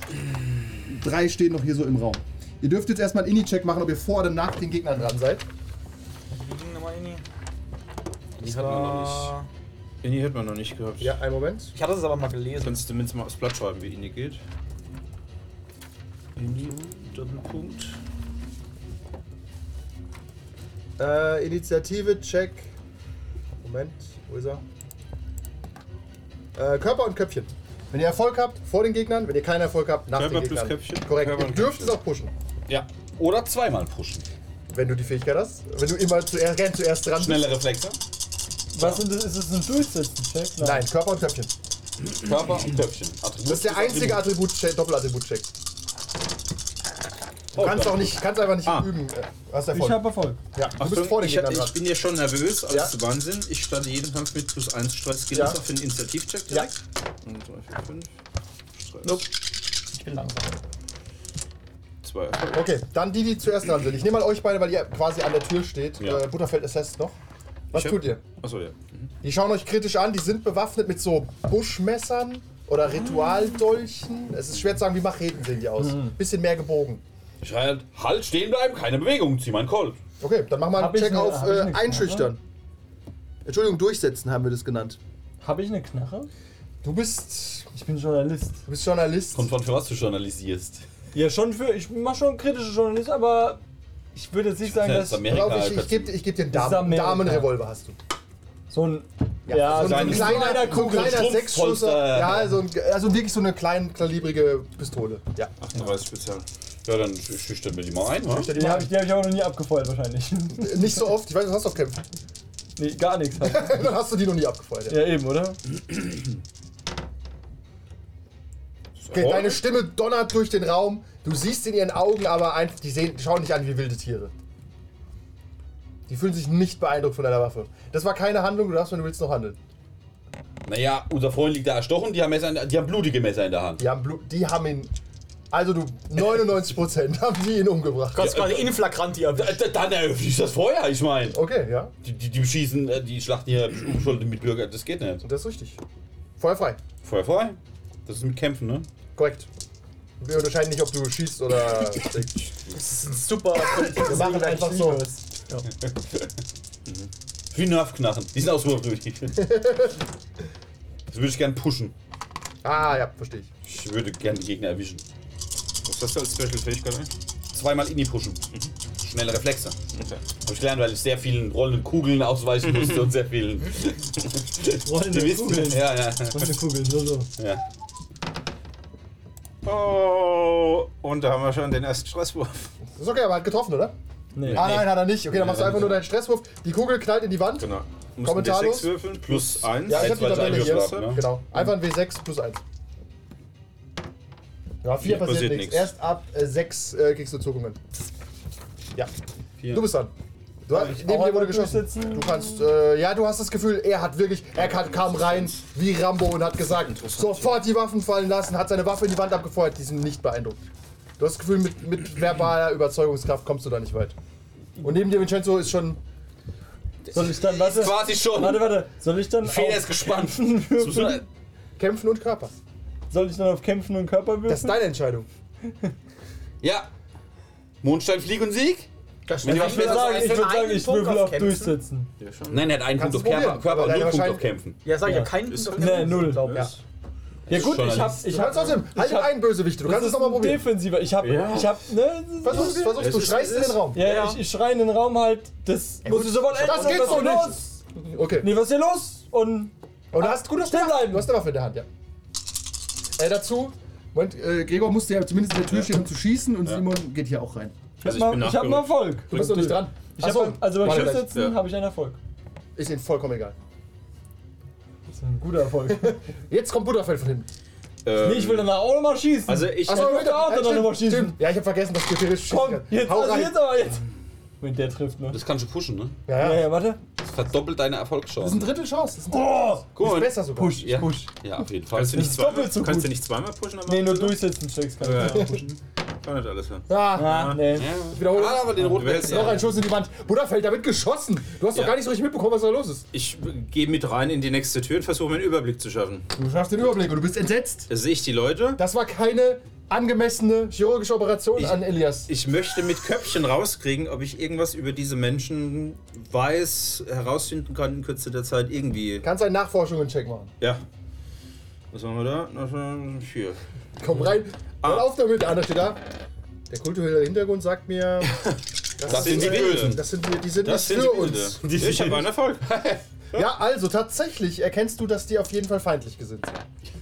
Speaker 2: Drei stehen noch hier so im Raum. Ihr dürft jetzt erstmal einen Inni-Check machen, ob ihr vor oder nach den Gegnern dran seid.
Speaker 5: Die liegen nochmal in die.
Speaker 6: Die
Speaker 5: Das
Speaker 6: hat man noch
Speaker 5: war-
Speaker 6: nicht. Inni hat man noch nicht gehabt.
Speaker 2: Ja, einen Moment.
Speaker 5: Ich hatte das aber mal gelesen.
Speaker 6: Kannst du zumindest mal aufs Blatt schreiben, wie Inni geht? Inni, Doppelpunkt.
Speaker 2: Äh, Initiative, Check. Moment, wo ist er? Äh, Körper und Köpfchen. Wenn ihr Erfolg habt, vor den Gegnern. Wenn ihr keinen Erfolg habt, nach
Speaker 6: Körper
Speaker 2: den
Speaker 6: plus
Speaker 2: Gegnern.
Speaker 6: Köpfchen.
Speaker 2: Korrekt.
Speaker 6: Körper
Speaker 2: Ihr
Speaker 6: und
Speaker 2: dürft
Speaker 6: Köpfchen.
Speaker 2: es auch pushen.
Speaker 3: Ja. Oder zweimal pushen.
Speaker 2: Wenn du die Fähigkeit hast. Wenn du immer zuerst, gern zuerst dran
Speaker 3: Schnelle Reflexe.
Speaker 4: Was sind das? Ist das ein Durchsetzen-Check?
Speaker 2: bist. Nein, Körper und Köpfchen.
Speaker 3: Körper und Köpfchen. Attribut
Speaker 2: Das ist der einzige Attribut-Check, Doppelattribut-Check. Du kannst auch nicht, kannst einfach nicht
Speaker 6: Ah.
Speaker 2: üben. Äh, Hast
Speaker 4: Ich
Speaker 2: Erfolg.
Speaker 4: habe Erfolg.
Speaker 2: Ja, du bist
Speaker 6: Achtung,
Speaker 2: vor den
Speaker 6: ich,
Speaker 2: Gegnern
Speaker 6: ich
Speaker 2: dran.
Speaker 6: bin ja schon nervös, alles
Speaker 2: Ja.
Speaker 6: zu Wahnsinn. Ich starte jeden Kampf mit plus eins Stress. Geht
Speaker 2: Ja.
Speaker 6: das auch für den Initiativcheck
Speaker 2: Ja.
Speaker 6: direkt? eins, zwei, vier, fünf.
Speaker 5: Nope. Ich bin langsam.
Speaker 6: Zwei Erfolge.
Speaker 2: Okay, dann die, die zuerst dran sind. Ich nehme mal euch beide, weil ihr quasi an der Tür steht.
Speaker 3: Ja.
Speaker 2: Äh, Butterfeld assesst noch. Was
Speaker 6: Ich hab-
Speaker 2: tut ihr?
Speaker 6: Achso, ja.
Speaker 2: Die schauen euch kritisch an, die sind bewaffnet mit so Buschmessern oder Ritualdolchen. Es ist schwer zu sagen, wie Macheten sehen die aus. Bisschen mehr gebogen.
Speaker 3: Ich schreie halt, halt, stehen bleiben, keine Bewegung, zieh meinen Colt.
Speaker 2: Okay, dann mach mal
Speaker 4: Hab
Speaker 2: einen
Speaker 4: ich
Speaker 2: Check
Speaker 4: ne-
Speaker 2: auf
Speaker 4: hab ich
Speaker 2: äh,
Speaker 4: ne
Speaker 2: Einschüchtern. Entschuldigung, durchsetzen haben wir das genannt.
Speaker 4: Habe ich eine Knarre?
Speaker 2: Du bist,
Speaker 4: Ich bin Journalist.
Speaker 2: du bist Journalist.
Speaker 3: Kommt von für was du journalisierst.
Speaker 4: Ja, schon für. Ich mache schon kritische Journalist, aber ich würde jetzt nicht sagen,
Speaker 3: Ja,
Speaker 4: dass
Speaker 3: das ist Amerika.
Speaker 2: Pass auf, ich, ich
Speaker 3: Alter.
Speaker 2: gebe ich geb dir einen
Speaker 4: Das ist
Speaker 2: Damen,
Speaker 4: Amerika.
Speaker 2: Damenrevolver hast du.
Speaker 4: so ein.
Speaker 2: Ja,
Speaker 4: Ja,
Speaker 2: so ein,
Speaker 4: so
Speaker 2: ein
Speaker 4: ein
Speaker 2: kleiner,
Speaker 4: kleiner
Speaker 2: so ein
Speaker 4: Kugel-
Speaker 2: kleiner
Speaker 3: Strumpfpolster.
Speaker 2: Sechsschusser. Ja, so ein, also wirklich so eine klein kalibrige Pistole. Ja.
Speaker 6: achtunddreißig Spezial.
Speaker 3: Ja, dann schüchtern wir die mal ein, wa?
Speaker 2: Stell die
Speaker 4: Die
Speaker 2: mal
Speaker 4: habe ich, die hab ich aber noch nie abgefeuert, wahrscheinlich.
Speaker 2: an. Nicht so oft, ich weiß, du hast doch kämpfen.
Speaker 4: Nee, gar nichts. Halt.
Speaker 2: Dann hast du die noch nie abgefeuert. Ja.
Speaker 4: Ja, eben, oder?
Speaker 2: Okay, deine Stimme donnert durch den Raum. Du siehst in ihren Augen, aber einfach, die, sehen, die schauen dich an wie wilde Tiere. Die fühlen sich nicht beeindruckt von deiner Waffe. Das war keine Handlung, du darfst, wenn du willst, noch handeln.
Speaker 3: Naja, unser Freund liegt da erstochen, die haben, Messer in der, die haben blutige Messer in der Hand.
Speaker 2: Die haben, Blut, die haben ihn. Also du, neunundneunzig Prozent haben die ihn umgebracht.
Speaker 5: Du hast quasi in Flagranti
Speaker 3: Da-
Speaker 5: erwischt.
Speaker 3: da- Dann eröffne ich das Feuer, ich meine.
Speaker 2: Okay, ja,
Speaker 3: Die, die, die schießen, äh, die schlachten hier unbeschuldigte Mitbürger, das geht nicht.
Speaker 2: das ist richtig. Feuer frei.
Speaker 3: Feuer frei. Das ist mit Kämpfen, ne?
Speaker 2: Korrekt. Wir unterscheiden nicht, ob du schießt oder.
Speaker 5: Das ist ein super
Speaker 2: Wir machen einfach so.
Speaker 3: Wie Nervknarren. Die sind auch so brüchig. Das würde ich gern pushen.
Speaker 2: Ah, ja, verstehe ich.
Speaker 3: Ich würde gern die Gegner erwischen.
Speaker 6: Was hast du als Special-Fähigkeit?
Speaker 3: Zweimal in die pushen. Schnelle Reflexe.
Speaker 6: Okay.
Speaker 3: Habe ich gelernt, weil ich sehr vielen rollenden Kugeln ausweichen musste und sehr vielen.
Speaker 4: Rollende
Speaker 3: Die wissen-
Speaker 4: Kugeln.
Speaker 3: Ja, ja.
Speaker 4: Rollende Kugeln, so, so.
Speaker 3: ja.
Speaker 6: Oh, und da haben wir schon den ersten Stresswurf.
Speaker 2: Das ist okay, aber hat getroffen, oder?
Speaker 4: Nee.
Speaker 2: Ah, nein, hat er nicht. Okay, dann machst du einfach nur deinen Stresswurf. Die Kugel knallt in die Wand.
Speaker 6: Genau. Musst
Speaker 2: Kommentarlos?
Speaker 6: D sechs würfeln plus eins.
Speaker 2: Ja, ich hab die
Speaker 3: weil ich
Speaker 2: Tabelle hier.
Speaker 3: eingewürfelt hab, ne?
Speaker 2: Genau. Einfach ein W sechs plus eins. Ja, vier
Speaker 6: Vier
Speaker 2: passiert
Speaker 6: passiert
Speaker 2: nichts.
Speaker 6: nix.
Speaker 2: Erst ab äh, sechs äh, kriegst du Zuckungen. Ja.
Speaker 3: Vier.
Speaker 2: Du bist dran. Du,
Speaker 4: ich
Speaker 2: neben
Speaker 4: auch
Speaker 2: dir wurde
Speaker 4: einmal
Speaker 2: geschossen.
Speaker 4: durchsetzen?
Speaker 2: Du kannst, äh, ja, du hast das Gefühl, er hat wirklich, er kam, kam rein wie Rambo und hat gesagt, sofort die Waffen fallen lassen, hat seine Waffe in die Wand abgefeuert, die sind nicht beeindruckt. Du hast das Gefühl, mit, mit verbaler Überzeugungskraft kommst du da nicht weit. Und neben dir, Vincenzo, ist schon,
Speaker 4: Soll ich dann, warte,
Speaker 3: Quasi schon.
Speaker 4: warte, warte, soll ich dann
Speaker 3: Feder
Speaker 4: auf
Speaker 3: ist gespannt.
Speaker 4: Kämpfen
Speaker 3: Das muss man-
Speaker 4: würfeln?
Speaker 2: Kämpfen und Körper.
Speaker 4: Soll ich dann auf Kämpfen und Körper würfeln?
Speaker 2: Das ist deine Entscheidung.
Speaker 3: Ja. Mondstein, Flieg und Sieg?
Speaker 5: Das
Speaker 3: Wenn die
Speaker 4: Ich
Speaker 3: Waffen
Speaker 4: würde
Speaker 3: besser
Speaker 4: sagen,
Speaker 3: sind-
Speaker 4: ich, würd
Speaker 5: einen
Speaker 4: sagen, ich
Speaker 5: Punkt
Speaker 4: würfel
Speaker 5: auf
Speaker 4: auf
Speaker 5: Kämpfen.
Speaker 4: Durchsetzen.
Speaker 6: Ja, schon.
Speaker 3: Nein, er hat einen
Speaker 2: Kannst
Speaker 3: Punkt
Speaker 2: du
Speaker 3: auf Körper,
Speaker 2: probieren,
Speaker 3: Körper
Speaker 2: aber
Speaker 3: und null
Speaker 2: deine
Speaker 3: Punkt auf
Speaker 2: Wahrscheinlich-
Speaker 3: Kämpfen.
Speaker 5: Ja, sag ich
Speaker 4: Ja.
Speaker 5: ja, keinen
Speaker 6: Ist
Speaker 5: Punkt auf
Speaker 6: okay.
Speaker 4: Nee, null.
Speaker 5: glaub ich.
Speaker 2: Ja.
Speaker 4: Ja gut, ich hab,
Speaker 3: Journalist.
Speaker 4: ich
Speaker 2: Du
Speaker 4: hab,
Speaker 2: kannst trotzdem, halt
Speaker 4: ich
Speaker 2: den
Speaker 4: hab,
Speaker 2: einen Bösewicht, du
Speaker 4: das
Speaker 2: kannst es
Speaker 4: ist
Speaker 2: nochmal
Speaker 4: ein
Speaker 2: probieren.
Speaker 4: Defensiver. Ich hab,
Speaker 6: Ja.
Speaker 4: ich hab, ne?
Speaker 2: Versuch's, versuch's,
Speaker 6: Es
Speaker 2: du
Speaker 6: ist-
Speaker 2: schreist in
Speaker 6: es
Speaker 2: den
Speaker 6: ist-
Speaker 2: Raum.
Speaker 4: Ja,
Speaker 5: Ja.
Speaker 4: Ich, ich schreie in den Raum halt, das muss
Speaker 2: gut,
Speaker 4: ich sofort ändern.
Speaker 2: das geht
Speaker 4: was
Speaker 2: so
Speaker 4: ist
Speaker 2: nicht.
Speaker 4: los?
Speaker 2: Okay.
Speaker 4: Nee, was ist hier los? Und
Speaker 2: Und du hast, gut, du hast,
Speaker 4: Stehen
Speaker 2: eine Waffe.
Speaker 4: bleiben.
Speaker 2: Du hast eine Waffe in der Hand, ja. Äh, dazu, Moment, äh, Gregor musste ja zumindest in der Tür stehen, um zu schießen und Simon geht hier auch rein.
Speaker 4: ich
Speaker 6: Also
Speaker 4: hab,
Speaker 6: ich
Speaker 4: mal,
Speaker 6: bin
Speaker 4: ich hab einen
Speaker 6: nachgerückt.
Speaker 4: Erfolg.
Speaker 2: Du bist noch nicht dran.
Speaker 4: Ich
Speaker 2: Ach
Speaker 4: hab,
Speaker 2: so,
Speaker 4: also beim
Speaker 2: warte gleich.
Speaker 4: Schiffsitzen
Speaker 6: Ja.
Speaker 4: habe ich einen Erfolg.
Speaker 2: Ist ihnen vollkommen egal.
Speaker 4: Das ist ein guter Erfolg.
Speaker 2: Jetzt kommt Butterfeld von hinten.
Speaker 6: Ähm,
Speaker 4: Nee, ich will danach auch nochmal schießen.
Speaker 6: Also ich.
Speaker 2: Achso,
Speaker 4: will auch dann noch mal schießen.
Speaker 2: Ja, ich hab vergessen, dass du theoretisch schießen
Speaker 4: Komm,
Speaker 2: kannst.
Speaker 4: jetzt,
Speaker 2: Hau
Speaker 4: also
Speaker 2: rein.
Speaker 4: jetzt aber jetzt. Wenn der trifft, ne?
Speaker 3: Das kannst du pushen, ne?
Speaker 2: Ja,
Speaker 4: Ja,
Speaker 2: ja.
Speaker 4: ja, warte.
Speaker 3: Das verdoppelt deine
Speaker 2: Das ist
Speaker 3: Erfolgschancen.
Speaker 2: ein Drittel Chance. Das ist, ein
Speaker 4: Oh!
Speaker 3: Guck
Speaker 2: ist
Speaker 3: mal.
Speaker 2: besser sogar.
Speaker 4: Push,
Speaker 3: Ja.
Speaker 4: push.
Speaker 3: Ja, auf jeden Fall.
Speaker 6: Kannst du nicht
Speaker 4: ist
Speaker 6: zweimal,
Speaker 4: doppelt so
Speaker 6: kannst
Speaker 4: gut.
Speaker 6: du nicht zweimal pushen? am
Speaker 4: Nee, nur
Speaker 6: Anfang?
Speaker 4: durchsetzen, Checks kann
Speaker 6: Ja.
Speaker 4: ich nicht pushen.
Speaker 6: Kann nicht alles hören.
Speaker 2: Ah,
Speaker 4: Ah, nee.
Speaker 3: Ja.
Speaker 2: wiederhole.
Speaker 3: Ah, aber den roten
Speaker 6: Du willst
Speaker 3: Wechsel.
Speaker 2: Noch ein Schuss in die Wand. Butterfeld, da wird geschossen. Du hast doch
Speaker 6: Ja.
Speaker 2: gar nicht so richtig mitbekommen, was da los ist.
Speaker 6: Ich gehe mit rein in die nächste Tür und versuche mir einen Überblick zu schaffen.
Speaker 2: Du schaffst den Überblick und du bist entsetzt.
Speaker 6: Da sehe ich die Leute.
Speaker 2: Das war keine angemessene chirurgische Operation
Speaker 6: Ich-
Speaker 2: an Elias.
Speaker 6: Ich möchte mit Köpfchen rauskriegen, ob ich irgendwas über diese Menschen weiß, herausfinden kann in Kürze der Zeit irgendwie.
Speaker 2: Kannst einen Nachforschungen-Check machen.
Speaker 6: Ja. Was haben wir da? Na, vier.
Speaker 2: Komm rein.
Speaker 6: Ah.
Speaker 2: Hör auf damit. Der andere steht da. Der kulturelle Hintergrund sagt mir,
Speaker 3: Das sind die Bösen.
Speaker 2: Das sind die, die sind
Speaker 6: Das
Speaker 2: nicht
Speaker 6: sind
Speaker 2: für
Speaker 6: die
Speaker 2: uns.
Speaker 6: Wilde. Ich habe einen Erfolg.
Speaker 2: Ja, also tatsächlich erkennst du, dass die auf jeden Fall feindlich gesinnt sind.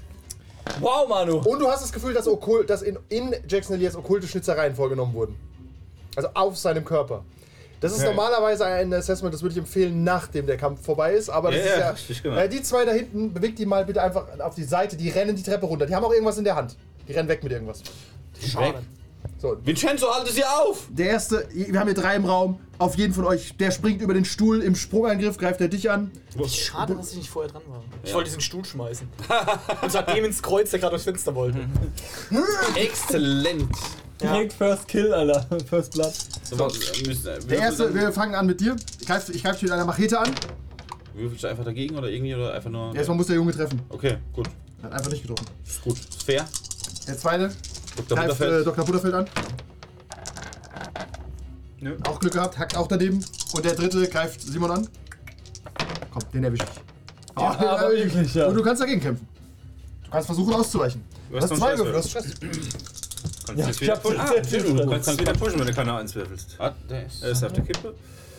Speaker 4: Wow, Manu.
Speaker 2: Und du hast das Gefühl, dass, okkult, dass in, in Jackson Elias okkulte Schnitzereien vorgenommen wurden. Also auf seinem Körper. Das ist
Speaker 6: Okay.
Speaker 2: normalerweise ein Assessment, das würde ich empfehlen, nachdem der Kampf vorbei ist. Aber das
Speaker 6: Ja,
Speaker 2: ist
Speaker 6: ja,
Speaker 2: ja.
Speaker 6: richtig, genau.
Speaker 2: Äh, die zwei da hinten, bewegt die mal bitte einfach auf die Seite. Die rennen die Treppe runter. Die haben auch irgendwas in der Hand. Die rennen weg mit irgendwas.
Speaker 3: Weg.
Speaker 2: So.
Speaker 3: Vincenzo, halte sie auf!
Speaker 2: Der erste, wir haben hier drei im Raum. Auf jeden von euch, der springt über den Stuhl im Sprungangriff, greift er dich an.
Speaker 5: Schade, dass ich nicht vorher dran war. Ich wollte diesen Stuhl schmeißen. Und zwar dem ins Kreuz, der gerade durchs Fenster wollte.
Speaker 3: Exzellent!
Speaker 4: Direkt First Kill, Alter. First Blood.
Speaker 3: So, was, äh, müssen, äh,
Speaker 2: Der erste,
Speaker 3: würfelst
Speaker 2: wir fangen an mit dir. Ich greife ich greif dich mit einer Machete an.
Speaker 3: du- würfelst du einfach dagegen oder irgendwie oder einfach nur.
Speaker 2: Erstmal muss der Junge treffen.
Speaker 3: Okay, gut.
Speaker 2: Er hat einfach nicht getroffen.
Speaker 3: Ist gut. Ist fair.
Speaker 2: Der zweite
Speaker 3: Doktor
Speaker 2: greift äh,
Speaker 3: Butterfeld.
Speaker 2: Doktor Butterfeld an.
Speaker 6: Nö.
Speaker 2: Auch Glück gehabt, hackt auch daneben. Und der dritte greift Simon an. Komm, den erwische ich. Oh, den
Speaker 4: aber
Speaker 2: erwisch ich.
Speaker 4: wirklich, ja.
Speaker 2: Und du kannst dagegen kämpfen. Du kannst versuchen auszuweichen.
Speaker 6: Du
Speaker 2: Du
Speaker 6: hast
Speaker 2: hast
Speaker 6: noch
Speaker 2: zwei
Speaker 6: einen
Speaker 2: Würfel, du hast Stress.
Speaker 6: Kannst
Speaker 4: Ja,
Speaker 6: jetzt
Speaker 4: ich
Speaker 6: wieder
Speaker 4: hab
Speaker 6: pushen.
Speaker 4: ah,
Speaker 6: Du kannst jetzt wieder pushen, wenn du keine eins würfelst.
Speaker 3: Ah, der ist.
Speaker 6: Er ist auf der Kippe.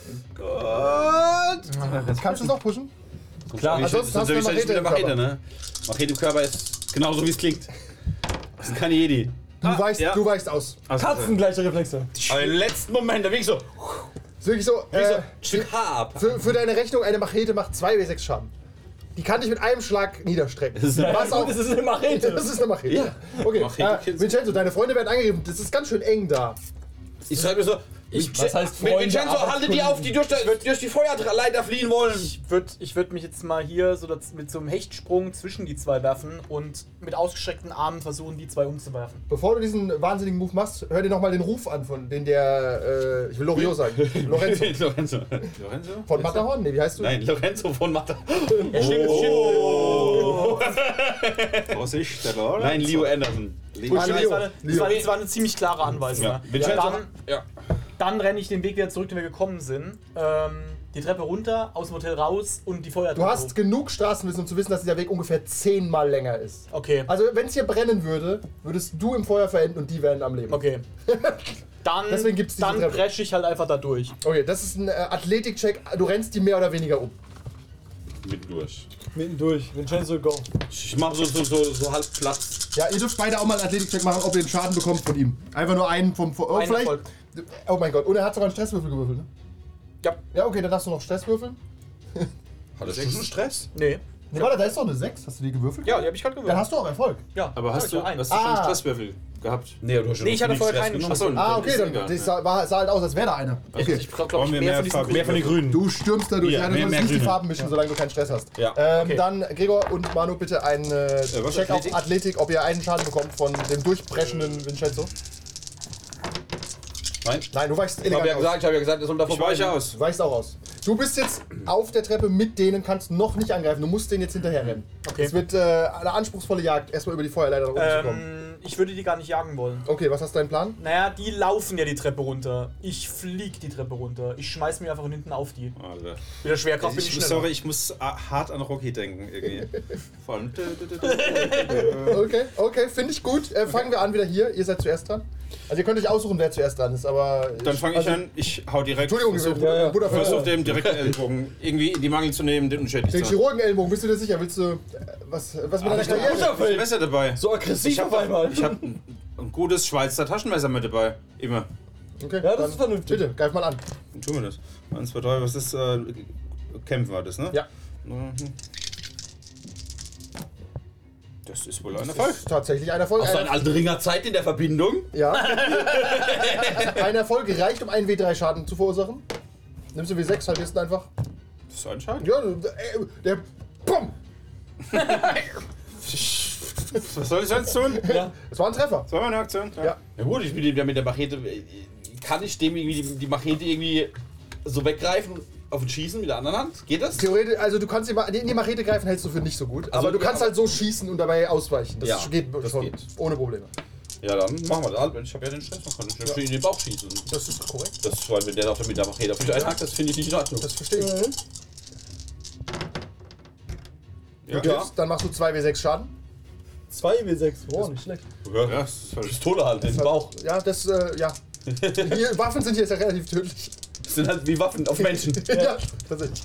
Speaker 2: Jetzt kannst du es auch pushen.
Speaker 4: Klar,
Speaker 2: ansonsten hast du eine
Speaker 3: natürlich
Speaker 2: Machete
Speaker 3: mit der
Speaker 2: im
Speaker 3: Machete,
Speaker 2: Körper.
Speaker 3: ne? Machete im Körper ist genauso wie es klingt. Das ist kein Jedi.
Speaker 2: Du,
Speaker 6: Ah,
Speaker 2: weichst,
Speaker 6: ja.
Speaker 2: du weichst aus.
Speaker 6: Also,
Speaker 4: Katzen gleiche Reflexe.
Speaker 3: Aber im letzten Moment, da wirklich so.
Speaker 2: Ist wirklich so,
Speaker 3: Wie so
Speaker 2: äh,
Speaker 3: ein Stück Haar ab.
Speaker 2: für, für deine Rechnung, eine Machete macht zwei W sechs Schaden. Die kann dich mit einem Schlag niederstrecken.
Speaker 3: ist eine-
Speaker 2: Was auch,
Speaker 4: Das ist eine Machete.
Speaker 2: das ist eine Machete.
Speaker 3: Ja.
Speaker 2: Okay,
Speaker 6: Machete
Speaker 2: äh,
Speaker 6: kills.
Speaker 2: Vincenzo, deine Freunde werden angegriffen. Das ist ganz schön eng da.
Speaker 3: Ich schreibe mir so. Ich,
Speaker 4: Was heißt Freunde,
Speaker 3: Vincenzo,
Speaker 4: aber
Speaker 3: halte die auf, die durch, der- durch die Feuerleiter fliehen wollen.
Speaker 5: Ich würde ich würd mich jetzt mal hier so das, mit so einem Hechtsprung zwischen die zwei werfen und mit ausgestreckten Armen versuchen, die zwei umzuwerfen.
Speaker 2: Bevor du diesen wahnsinnigen Move machst, hör dir nochmal den Ruf an, von den der, äh, ich will Loriot sagen, Lorenzo.
Speaker 3: Lorenzo.
Speaker 6: Lorenzo?
Speaker 2: Von Matterhorn? Nee, wie heißt du?
Speaker 3: Nein, Lorenzo von Matta.
Speaker 5: Er steht jetzt
Speaker 3: Oh.
Speaker 6: Vorsicht, der Lorenzo.
Speaker 3: Nein, Leo Anderson.
Speaker 6: Leo.
Speaker 2: Ah,
Speaker 5: Das
Speaker 2: Leo.
Speaker 5: war, eine, das, war, das war eine ziemlich klare Anweisung.
Speaker 3: Ja,
Speaker 5: Ja.
Speaker 3: Vincenzo.
Speaker 5: Dann,
Speaker 3: Ja.
Speaker 5: dann renne ich den Weg wieder zurück, den wir gekommen sind. Ähm, die Treppe runter, aus dem Hotel raus und die Feuertreppe
Speaker 2: Du hast
Speaker 5: hoch.
Speaker 2: genug Straßenwissen, um zu wissen, dass dieser Weg ungefähr zehnmal länger ist.
Speaker 5: Okay,
Speaker 2: Also, wenn es hier brennen würde, würdest du im Feuer verenden und die wären am Leben.
Speaker 5: okay. Dann,
Speaker 2: Deswegen gibt's diese
Speaker 5: dann
Speaker 2: Treppe.
Speaker 5: presche ich halt einfach da durch.
Speaker 2: Okay, das ist ein äh, Athletik-Check. Du rennst die mehr oder weniger um.
Speaker 3: Mitten durch.
Speaker 4: Mitten durch. Vincenzo, go.
Speaker 3: Ich mach so, so, so, so halb platt.
Speaker 2: Ja, ihr dürft beide auch mal einen Athletik-Check machen, ob ihr den Schaden bekommt von ihm. Einfach nur einen vom... Oh,
Speaker 5: Ein
Speaker 2: vielleicht...
Speaker 5: Erfolg.
Speaker 2: Oh mein Gott, und er hat sogar einen Stresswürfel gewürfelt, ne?
Speaker 5: Ja.
Speaker 2: Ja, okay, dann darfst du noch Stress würfeln.
Speaker 3: Hat das schon Stress?
Speaker 5: Nee.
Speaker 2: Nee, warte, da ist doch eine sechs. Hast du die gewürfelt?
Speaker 5: Ja, die habe ich gerade
Speaker 2: Dann
Speaker 5: gewürfelt.
Speaker 2: hast du auch Erfolg.
Speaker 5: Ja,
Speaker 6: Aber hast du,
Speaker 5: ein.
Speaker 6: hast du schon
Speaker 2: Ah.
Speaker 6: Stresswürfel gehabt?
Speaker 3: Nee, du hast schon
Speaker 5: Nee, ich hatte
Speaker 3: nicht
Speaker 5: vorher
Speaker 3: Stress
Speaker 5: keinen
Speaker 3: genommen.
Speaker 6: Achso,
Speaker 2: Ah, okay, dann
Speaker 6: egal.
Speaker 2: das sah, war, sah halt aus, als wäre da einer. Okay.
Speaker 5: Ich brauche,
Speaker 6: Brauchen
Speaker 5: glaube
Speaker 6: wir
Speaker 5: ich, mehr
Speaker 6: mehr
Speaker 5: von diesen
Speaker 6: Farbe-
Speaker 3: Mehr von den Grünen.
Speaker 2: Du stürmst da durch.
Speaker 3: Ja,
Speaker 2: Ja, du
Speaker 3: mehr-
Speaker 2: sollst
Speaker 3: mehr
Speaker 2: nicht die
Speaker 3: Grüne.
Speaker 2: Farben mischen, solange du keinen Stress hast.
Speaker 3: Ja.
Speaker 2: Ähm,
Speaker 5: Okay.
Speaker 2: Dann, Gregor und Manu, bitte einen äh,
Speaker 6: was,
Speaker 2: Check
Speaker 6: Athletik?
Speaker 2: auf Athletik, ob ihr einen Schaden bekommt von dem durchbrechenden Vincenzo.
Speaker 3: Nein?
Speaker 2: Nein, du weichst
Speaker 3: Ich habe
Speaker 2: elegant
Speaker 3: ja
Speaker 2: aus.
Speaker 3: gesagt, ich habe ja gesagt, das soll da
Speaker 6: Ich
Speaker 3: vorbei.
Speaker 6: weiche aus.
Speaker 2: Du weichst auch aus. Du bist jetzt auf der Treppe mit denen, kannst noch nicht angreifen. Du musst denen jetzt hinterher rennen.
Speaker 5: Okay.
Speaker 2: Es wird äh, eine anspruchsvolle Jagd, erstmal über die Feuerleiter rumzukommen.
Speaker 5: Ähm, ich würde die gar nicht jagen wollen.
Speaker 2: Okay, was hast du deinen Plan?
Speaker 5: Naja, die laufen ja die Treppe runter. Ich flieg die Treppe runter. Ich schmeiß mich einfach von hinten auf die.
Speaker 6: Alter.
Speaker 5: Mit der Schwerkraft bin ich
Speaker 6: Ich muss,
Speaker 5: schneller.
Speaker 6: sorry, ich muss äh, hart an Rocky denken. Irgendwie. Vor allem.
Speaker 2: Okay, okay, finde ich gut. Äh, fangen wir an wieder hier. Ihr seid zuerst dran. Also ihr könnt euch aussuchen, wer zuerst dran ist, aber...
Speaker 6: Dann fange ich
Speaker 2: also,
Speaker 6: an, ich hau direkt.
Speaker 2: Entschuldigung,
Speaker 6: versuch,
Speaker 2: ja, ja. Bruder,
Speaker 6: versuch dem direkt den Ellbogen irgendwie in die Mangel zu nehmen, den unschädlich zu
Speaker 2: Den
Speaker 6: machen.
Speaker 2: Chirurgen-Ellbogen, bist du dir sicher? Willst du... Äh, was, was mit deiner
Speaker 6: Ich bin
Speaker 2: Karriere?
Speaker 6: besser dabei.
Speaker 4: So aggressiv
Speaker 6: Ich
Speaker 4: auf
Speaker 6: habe
Speaker 4: einmal.
Speaker 6: hab ein, ein gutes Schweizer Taschenmesser mit dabei. Immer.
Speaker 2: Okay,
Speaker 4: Ja, das
Speaker 2: dann
Speaker 4: ist vernünftig.
Speaker 2: Bitte, greif mal an.
Speaker 6: Dann tun wir das. Eins, zwei, drei, was ist äh, Kämpfen war das, ne?
Speaker 2: Ja.
Speaker 6: Mhm. Das ist wohl ein
Speaker 2: Das
Speaker 6: Erfolg.
Speaker 2: ist tatsächlich ein Erfolg.
Speaker 3: Aus
Speaker 2: Ein,
Speaker 3: deiner alten Ringerzeit in der Verbindung?
Speaker 2: ja. Ein Erfolg reicht, um einen W drei Schaden zu verursachen. Nimmst du W sechs, halbierst ihn einfach.
Speaker 6: Das ist ein Schaden.
Speaker 2: Ja, äh, der... Bumm!
Speaker 6: Was soll ich sonst tun?
Speaker 4: Ja.
Speaker 2: Das war ein Treffer.
Speaker 6: Das war meine Aktion.
Speaker 2: Ja.
Speaker 3: Ja gut, ich bin ja mit der Machete. Kann ich dem irgendwie die, die Machete irgendwie so weggreifen und auf ihn schießen mit der anderen Hand? Geht das?
Speaker 2: Theoretisch, also du kannst die, Ma- in die Machete greifen, hältst du für nicht so gut.
Speaker 3: Also,
Speaker 2: aber du
Speaker 3: ja,
Speaker 2: kannst
Speaker 3: aber-
Speaker 2: halt so schießen und dabei ausweichen. Das
Speaker 3: Ja,
Speaker 2: geht
Speaker 3: das
Speaker 2: schon
Speaker 3: geht.
Speaker 2: ohne Probleme.
Speaker 3: Ja, dann machen wir das. Ich habe ja den Stress, man kann ich ja. in den Bauch schießen.
Speaker 2: Das ist korrekt.
Speaker 3: Das ist, weil wenn der auf der mit der Machete auf mich einhakt, das finde ich nicht in Ordnung.
Speaker 2: Das verstehe ich.
Speaker 6: Ja.
Speaker 2: Du triffst, dann machst du zwei W sechs Schaden.
Speaker 4: zwei W sechs. Oh, nicht schlecht.
Speaker 3: Ja,
Speaker 6: Ja, das ist halt
Speaker 3: Pistole halt in den Bauch.
Speaker 2: Ja, das, äh, ja. Hier, Waffen sind hier ja relativ tödlich.
Speaker 3: Das sind halt wie Waffen auf Menschen.
Speaker 2: Ja, tatsächlich.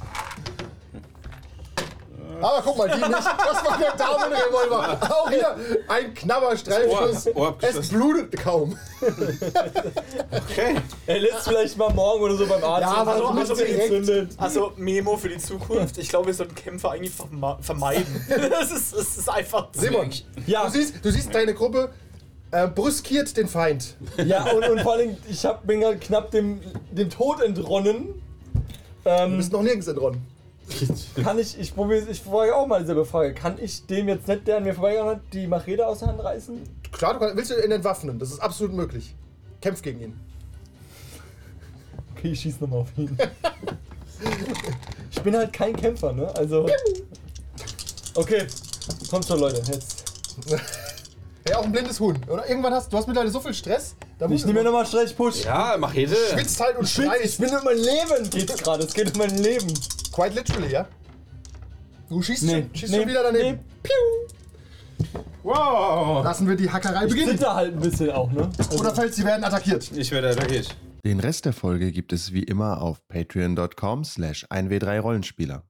Speaker 2: Aber guck mal, die nicht. Das war der Damenrevolver. Auch hier ein knapper Streifschuss.
Speaker 6: Ohr- Ohr
Speaker 2: Es
Speaker 6: abgeschlossen.
Speaker 2: blutet kaum.
Speaker 6: okay.
Speaker 4: Er lässt vielleicht mal morgen oder so beim Arzt.
Speaker 2: Ja, aber
Speaker 4: so
Speaker 2: du
Speaker 4: ein
Speaker 2: machst
Speaker 4: bisschen
Speaker 2: direkt-
Speaker 4: entzündet.
Speaker 5: Also Memo für die Zukunft. Ich glaube, wir sollten Kämpfer eigentlich verma- vermeiden. Das ist, das ist einfach zu
Speaker 2: Simon,
Speaker 4: Ja.
Speaker 2: du siehst, du siehst deine Gruppe Äh, brüskiert den Feind.
Speaker 4: Ja, und, und vor allem, ich hab, bin gerade knapp dem, dem Tod entronnen.
Speaker 2: Du
Speaker 4: Ähm,
Speaker 2: bist noch nirgends entronnen.
Speaker 4: kann ich, ich probiere, ich frage auch mal dieselbe Frage. Kann ich dem jetzt nicht, der an mir vorbeigegangen hat, die Machete aus der Hand reißen?
Speaker 2: Klar, du kannst, willst du ihn entwaffnen. Das ist absolut möglich. Kämpf gegen ihn.
Speaker 4: Okay, ich schieß nochmal auf ihn. Ich bin halt kein Kämpfer, ne? Also. Okay, kommt schon, Leute, jetzt.
Speaker 2: Ja, auch ein blindes Huhn. Oder irgendwann hast du hast mittlerweile so viel Stress. Da
Speaker 4: Ich nehme mir nochmal Stretch Push.
Speaker 3: Ja, Machete.
Speaker 2: schwitzt halt und
Speaker 4: Ich, bin, ich
Speaker 2: schreist.
Speaker 4: bin um mein Leben geht's gerade. Es geht um mein Leben.
Speaker 2: Quite literally, ja? Du schießt,
Speaker 4: Nee,
Speaker 2: schon, schießt
Speaker 4: nee,
Speaker 2: schon wieder daneben.
Speaker 4: nee.
Speaker 2: Piu.
Speaker 6: Wow!
Speaker 2: Lassen wir die Hackerei
Speaker 4: Ich
Speaker 2: beginnen.
Speaker 4: zitter halt ein bisschen auch, ne? Also,
Speaker 2: Oder falls sie werden attackiert.
Speaker 6: Ich werde attackiert.
Speaker 1: Den Rest der Folge gibt es wie immer auf patreon dot com slash eins w drei Rollenspieler.